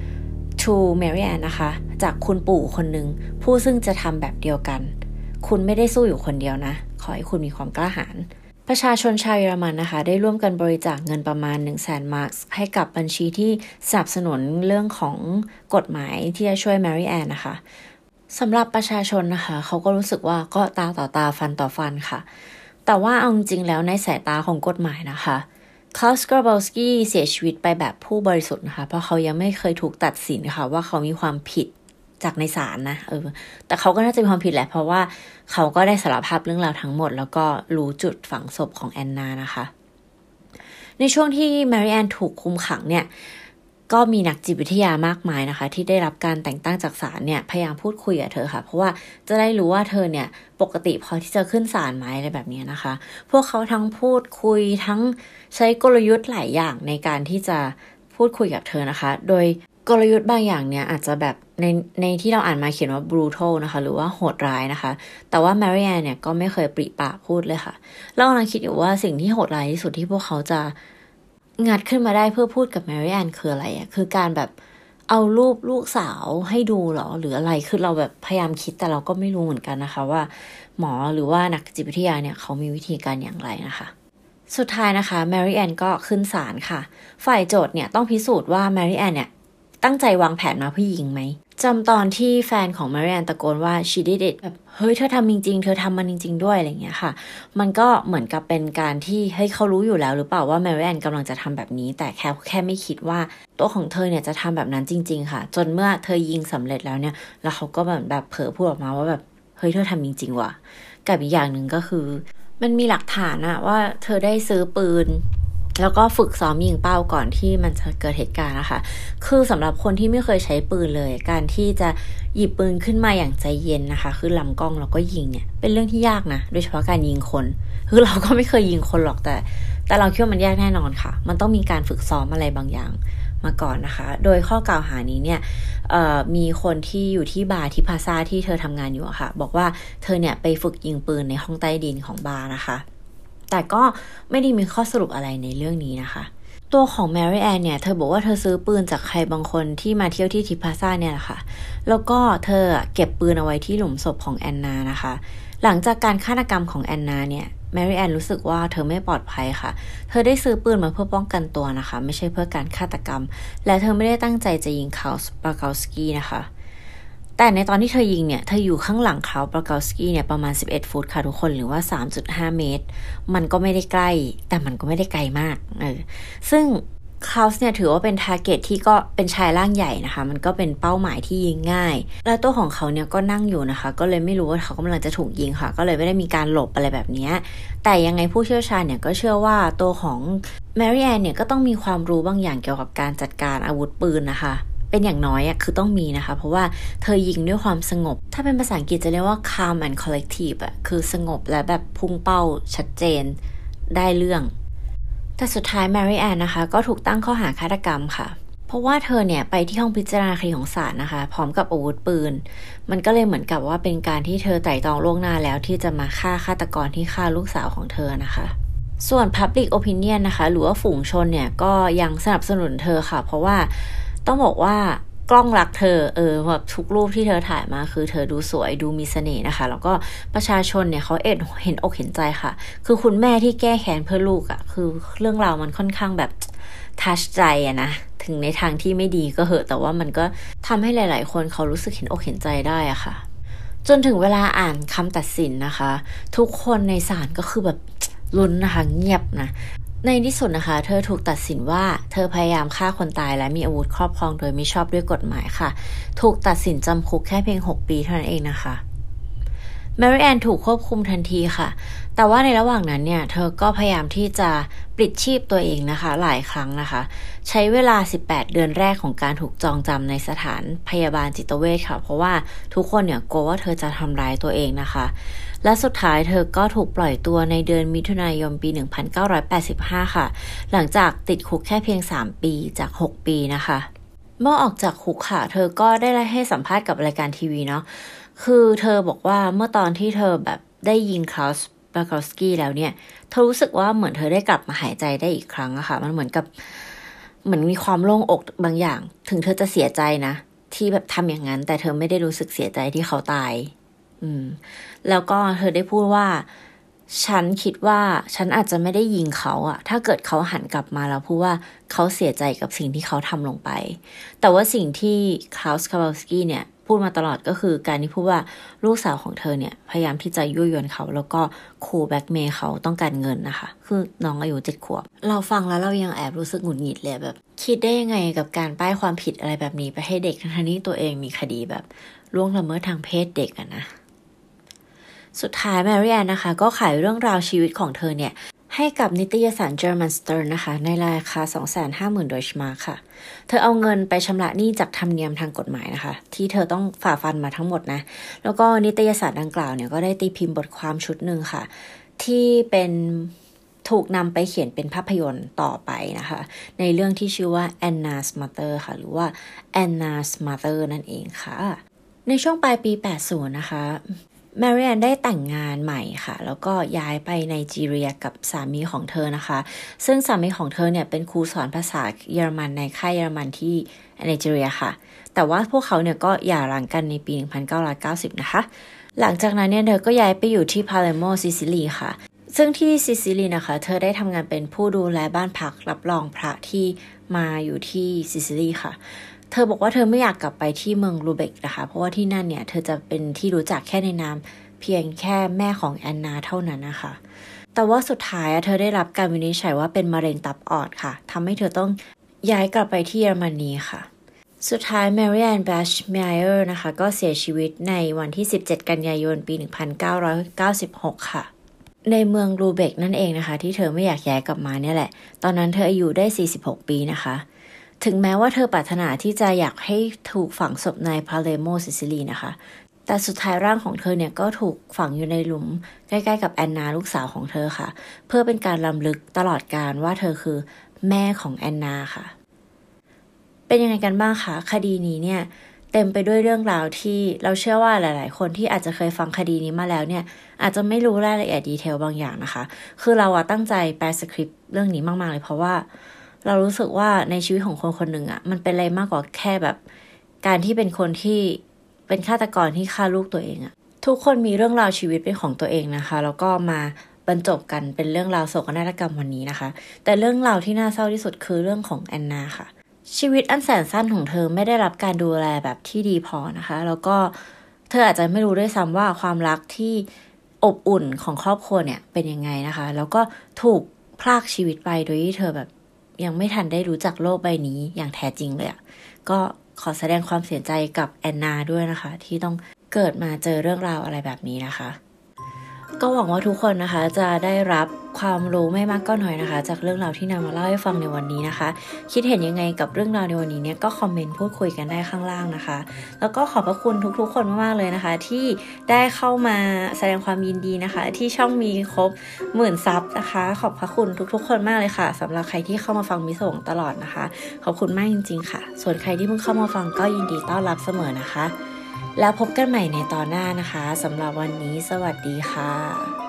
to Mary Ann นะคะจากคุณปู่คนหนึ่งผู้ซึ่งจะทำแบบเดียวกันคุณไม่ได้สู้อยู่คนเดียวนะขอให้คุณมีความกล้าหาญประชาชนชาวเยอรมันนะคะได้ร่วมกันบริจาคเงินประมาณ หนึ่งแสน มาร์กให้กับบัญชีที่สนับสนุนเรื่องของกฎหมายที่จะช่วย Mary Ann นะคะสำหรับประชาชนนะคะเขาก็รู้สึกว่าก็ตาต่อตาฟันต่อฟันค่ะแต่ว่าเอาจริงๆแล้วในสายตาของกฎหมายนะคะคลาส กราบอลสกี้เสียชีวิตไปแบบผู้บริสุทธิ์นะคะเพราะเขายังไม่เคยถูกตัดสินค่ะว่าเขามีความผิดจากในศาลนะเออแต่เขาก็น่าจะมีความผิดแหละเพราะว่าเขาก็ได้สารภาพเรื่องราวทั้งหมดแล้วก็รู้จุดฝังศพของแอนนานะคะในช่วงที่แมรี่แอนถูกคุมขังเนี่ยก็มีนักจิตวิทยามากมายนะคะที่ได้รับการแต่งตั้งจากศาลเนี่ยพยายามพูดคุยกับเธอค่ะเพราะว่าจะได้รู้ว่าเธอเนี่ยปกติพอที่จะขึ้นศาลไหมอะไรแบบนี้นะคะพวกเขาทั้งพูดคุยทั้งใช้กลยุทธ์หลายอย่างในการที่จะพูดคุยกับเธอนะคะโดยกลยุทธ์บางอย่างเนี่ยอาจจะแบบในในที่เราอ่านมาเขียนว่า brutal นะคะหรือว่าโหดร้ายนะคะแต่ว่าแมรี่แอนเนี่ยก็ไม่เคยปริปากพูดเลยค่ะเรากำลังคิดอยู่ว่าสิ่งที่โหดร้ายที่สุดที่พวกเขาจะงัดขึ้นมาได้เพื่อพูดกับแมรี่แอนคืออะไรอ่ะคือการแบบเอารูปลูกสาวให้ดูหรอหรืออะไรคือเราแบบพยายามคิดแต่เราก็ไม่รู้เหมือนกันนะคะว่าหมอหรือว่านักจิตวิทยาเนี่ยเขามีวิธีการอย่างไรนะคะสุดท้ายนะคะแมรี่แอนก็ขึ้นศาลค่ะฝ่ายโจทย์เนี่ยต้องพิสูจน์ว่าแมรี่แอนเนี่ยตั้งใจวางแผนมาเพื่อยิงไหมจำตอนที่แฟนของแมรี่แอนตะโกนว่า she did it แบบเฮ้ยเธอทำจริงๆเธอทำมันจริงๆด้วยอะไรอย่างเงี้ยค่ะมันก็เหมือนกับเป็นการที่เฮ้ยเขารู้อยู่แล้วหรือเปล่าว่าแมรี่แอนกำลังจะทำแบบนี้แต่แค่แค่ไม่คิดว่าตัวของเธอเนี่ยจะทำแบบนั้นจริงๆค่ะจนเมื่อเธอยิงสำเร็จแล้วเนี่ยแล้วเขาก็แบบแบบเผลอพูดออกมาว่าแบบเฮ้ยเธอทำจริงๆว่ะกับอีกอย่างหนึ่งก็คือมันมีหลักฐานอะว่าเธอได้ซื้อปืนแล้วก็ฝึกซ้อมยิงเป้าก่อนที่มันจะเกิดเหตุการณ์นะคะคือสำหรับคนที่ไม่เคยใช้ปืนเลยการที่จะหยิบปืนขึ้นมาอย่างใจเย็นนะคะคือลำกล้องแล้วก็ยิงเนี่ยเป็นเรื่องที่ยากนะโดยเฉพาะการยิงคนคือเราก็ไม่เคยยิงคนหรอกแต่แต่เราคิดว่ามันยากแน่นอนค่ะมันต้องมีการฝึกซ้อมอะไรบางอย่างมาก่อนนะคะโดยข้อกล่าวหานี้เนี่ยมีคนที่อยู่ที่บาร์ที่พาซาที่เธอทำงานอยู่อะค่ะบอกว่าเธอเนี่ยไปฝึกยิงปืนในห้องใต้ดินของบาร์นะคะแต่ก็ไม่ได้มีข้อสรุปอะไรในเรื่องนี้นะคะตัวของแมรี่แอนเนี่ยเธอบอกว่าเธอซื้อปืนจากใครบางคนที่มาเที่ยวที่ทิพาซ่าเนี่ยแหละค่ะแล้วก็เธอเก็บปืนเอาไว้ที่หลุมศพของแอนนานะคะหลังจากการฆาตกรรมของแอนนาเนี่ยแมรี่แอนรู้สึกว่าเธอไม่ปลอดภัยค่ะเธอได้ซื้อปืนมาเพื่อป้องกันตัวนะคะไม่ใช่เพื่อการฆาตกรรมและเธอไม่ได้ตั้งใจจะยิงคาร์ลส์ ปาเกาสกี้นะคะแต่ในตอนที่เธอยิงเนี่ยเธออยู่ข้างหลังเขาปาเกาสกี้เนี่ยประมาณสิบเอ็ดฟุตค่ะทุกคนหรือว่า สามจุดห้า เมตรมันก็ไม่ได้ใกล้แต่มันก็ไม่ได้ไกลมากเออซึ่งคาร์ลส์เนี่ยถือว่าเป็นทาร์เก็ตที่ก็เป็นชายร่างใหญ่นะคะมันก็เป็นเป้าหมายที่ยิงง่ายแล้วตัวของเขาเนี่ยก็นั่งอยู่นะคะก็เลยไม่รู้ว่าเขากำลังจะถูกยิงค่ะก็เลยไม่ได้มีการหลบอะไรแบบนี้แต่ยังไงผู้เชี่ยวชาญเนี่ยก็เชื่อว่าตัวของแมรี่แอนเนี่ยก็ต้องมีความรู้บางอย่างเกี่ยวกับการจัดการอาวุธปืนนะคะเป็นอย่างน้อยอ่ะคือต้องมีนะคะเพราะว่าเธอยิงด้วยความสงบถ้าเป็นภาษาอังกฤษจะเรียกว่า calm and collective อ่ะคือสงบและแบบพุ่งเป้าชัดเจนได้เรื่องแต่สุดท้ายแมรี่แอนนะคะก็ถูกตั้งข้อหาฆาตกรรมค่ะเพราะว่าเธอเนี่ยไปที่ห้องพิจารณาคดีของศาลนะคะพร้อมกับอาวุธปืนมันก็เลยเหมือนกับว่าเป็นการที่เธอไตร่ตรองล่วงหน้าแล้วที่จะมาฆ่าฆาตกรที่ฆ่าลูกสาวของเธอนะคะส่วน Public Opinion นะคะหรือว่าฝูงชนเนี่ยก็ยังสนับสนุนเธอค่ะเพราะว่าต้องบอกว่ากล้องรักเธอเออแบบทุกรูปที่เธอถ่ายมาคือเธอดูสวยดูมีเสน่ห์นะคะแล้วก็ประชาชนเนี่ยเขาเอ็ดเห็นอกเห็นใจค่ะคือคุณแม่ที่แก้แค้นเพื่อลูกอะ่ะคือเรื่องราวมันค่อนข้างแบบทัชใจอะนะถึงในทางที่ไม่ดีก็เหอะแต่ว่ามันก็ทำให้หลายๆคนเขารู้สึกเห็นอกเห็นใจได้อะค่ะจนถึงเวลาอ่านคำตัดสินนะคะทุกคนในศาลก็คือแบบลุ้นนะคะเงียบนะในที่สุดนะคะเธอถูกตัดสินว่าเธอพยายามฆ่าคนตายและมีอาวุธครอบครองโดยไม่ชอบด้วยกฎหมายค่ะถูกตัดสินจำคุกแค่เพียงหกปีเท่านั้นเองนะคะแมรี่แอนถูกควบคุมทันทีค่ะแต่ว่าในระหว่างนั้นเนี่ยเธอก็พยายามที่จะปลิดชีพตัวเองนะคะหลายครั้งนะคะใช้เวลาสิบแปดเดือนแรกของการถูกจองจำในสถานพยาบาลจิตเวชค่ะเพราะว่าทุกคนเนี่ยกลัวว่าเธอจะทำร้ายตัวเองนะคะและสุดท้ายเธอก็ถูกปล่อยตัวในเดือนมิถุนายนปีหนึ่งพันเก้าร้อยแปดสิบห้าค่ะหลังจากติดคุกแค่เพียงสามปีจากหกปีนะคะเมื่อออกจากคุกค่ะเธอก็ได้ให้สัมภาษณ์กับรายการทีวีเนาะคือเธอบอกว่าเมื่อตอนที่เธอแบบได้ยิงคาร์ลส์ ปาเกาสกี้แล้วเนี่ยเธอรู้สึกว่าเหมือนเธอได้กลับมาหายใจได้อีกครั้งอะค่ะมันเหมือนกับเหมือนมีความโล่งอกบางอย่างถึงเธอจะเสียใจนะที่แบบทำอย่างนั้นแต่เธอไม่ได้รู้สึกเสียใจที่เขาตายอืมแล้วก็เธอได้พูดว่าฉันคิดว่าฉันอาจจะไม่ได้ยิงเขาอะถ้าเกิดเขาหันกลับมาแล้วพูดว่าเขาเสียใจกับสิ่งที่เขาทำลงไปแต่ว่าสิ่งที่คลาวส์ คาร์ลสกี้เนี่ยพูพูดมาตลอดก็คือการที่พูดว่าลูกสาวของเธอเนี่ยพยายามที่จะยั่วยวนเขาแล้วก็ขู่แบล็กเมย์เขาต้องการเงินนะคะคือน้องอายุเจ็ดขวบเราฟังแล้วเรายังแอบรู้สึกหงุดหงิดเลยแบบคิดได้ยังไงกับการป้ายความผิดอะไรแบบนี้ไปให้เด็กทั้งที่ตัวเองมีคดีแบบล่วงละเมิดทางเพศเด็กอะนะสุดท้ายแมรี่แอนนะคะก็ขายเรื่องราวชีวิตของเธอเนี่ยให้กับนิตยสาร German Stern นะคะในราคา สองแสนห้าหมื่น ดอยช์มาร์กค่ะเธอเอาเงินไปชำระหนี้จากธรรมเนียมทางกฎหมายนะคะที่เธอต้องฝ่าฟันมาทั้งหมดนะแล้วก็นิตยสารดังกล่าวเนี่ยก็ได้ตีพิมพ์บทความชุดหนึ่งค่ะที่เป็นถูกนำไปเขียนเป็นภาพยนตร์ต่อไปนะคะในเรื่องที่ชื่อว่า Anna's Mother ค่ะหรือว่า Anna's Mother นั่นเองค่ะในช่วงปลายปีแปดสิบนะคะแมรี่แอนได้แต่งงานใหม่ค่ะแล้วก็ย้ายไปไนจีเรียกับสามีของเธอนะคะซึ่งสามีของเธอเนี่ยเป็นครูสอนภาษาเยอรมันในค่ายเยอรมันที่ไนจีเรียค่ะแต่ว่าพวกเขาเนี่ยก็หย่าร้างกันในปี หนึ่งพันเก้าร้อยเก้าสิบ นะคะหลังจากนั้นเนี่ยเธอก็ย้ายไปอยู่ที่พาเลโมซิซิลีค่ะซึ่งที่ซิซิลีนะคะเธอได้ทำงานเป็นผู้ดูแลบ้านพักรับรองพระที่มาอยู่ที่ซิซิลีค่ะเธอบอกว่าเธอไม่อยากกลับไปที่เมืองลูเบกนะคะเพราะว่าที่นั่นเนี่ยเธอจะเป็นที่รู้จักแค่ในนามเพียงแค่แม่ของแอนนาเท่านั้นนะคะแต่ว่าสุดท้ายเธอได้รับการวินิจฉัยว่าเป็นมะเร็งตับอ่อนค่ะทำให้เธอต้องย้ายกลับไปที่เยอรมนีค่ะสุดท้ายแมรี่แอนแบชเมเยอร์นะคะก็เสียชีวิตในวันที่สิบเจ็ดกันยายนปีหนึ่งพันเก้าร้อยเก้าสิบหกค่ะในเมืองลูเบกนั่นเองนะคะที่เธอไม่อยากย้ายกลับมาเนี่ยแหละตอนนั้นเธออายุได้สี่สิบหกปีนะคะถึงแม้ว่าเธอปรารถนาที่จะอยากให้ถูกฝังศพในพาเลโมซิซิลีนะคะแต่สุดท้ายร่างของเธอเนี่ยก็ถูกฝังอยู่ในหลุมใกล้ๆกับแอนนาลูกสาวของเธอค่ะเพื่อเป็นการรำลึกตลอดกาลว่าเธอคือแม่ของแอนนาค่ะเป็นยังไงกันบ้างคะคดีนี้เนี่ยเต็มไปด้วยเรื่องราวที่เราเชื่อว่าหลายๆคนที่อาจจะเคยฟังคดีนี้มาแล้วเนี่ยอาจจะไม่รู้รายละเอียดดีเทลบางอย่างนะคะคือเราอะตั้งใจแปลสคริปต์เรื่องนี้มากๆเลยเพราะว่าเรารู้สึกว่าในชีวิตของคนคนหนึ่งอะมันเป็นอะไรมากกว่าแค่แบบการที่เป็นคนที่เป็นฆาตกรที่ฆ่าลูกตัวเองอะทุกคนมีเรื่องราวชีวิตเป็นของตัวเองนะคะแล้วก็มาบรรจบกันเป็นเรื่องราวโศกนาฏกรรมวันนี้นะคะแต่เรื่องราวที่น่าเศร้าที่สุดคือเรื่องของแอนนาค่ะชีวิตอันแสนสั้นของเธอไม่ได้รับการดูแลแบบที่ดีพอนะคะแล้วก็เธออาจจะไม่รู้ด้วยซ้ำว่าความรักที่อบอุ่นของครอบครัวเนี่ยเป็นยังไงนะคะแล้วก็ถูกพรากชีวิตไปโดยที่เธอแบบยังไม่ทันได้รู้จักโลกใบนี้อย่างแท้จริงเลยอ่ะก็ขอแสดงความเสียใจกับแอนนาด้วยนะคะที่ต้องเกิดมาเจอเรื่องราวอะไรแบบนี้นะคะก็หวังว่าทุกคนนะคะจะได้รับความรู้ไม่มากก็น้อยนะคะจากเรื่องราวที่นำมาเล่าให้ฟังในวันนี้นะคะคิดเห็นยังไงกับเรื่องราวในวันนี้เนี่ยก็คอมเมนต์พูดคุยกันได้ข้างล่างนะคะแล้วก็ขอบพระคุณทุกๆคนมากๆเลยนะคะที่ได้เข้ามาแสดงความยินดีนะคะที่ช่องมีครบหมื่นซับนะคะขอบพระคุณทุกๆคนมากเลยค่ะสำหรับใครที่เข้ามาฟังมิส่งตลอดนะคะขอบคุณมากจริงๆค่ะส่วนใครที่เพิ่งเข้ามาฟังก็ยินดีต้อนรับเสมอนะคะแล้วพบกันใหม่ในตอนหน้านะคะสำหรับวันนี้สวัสดีค่ะ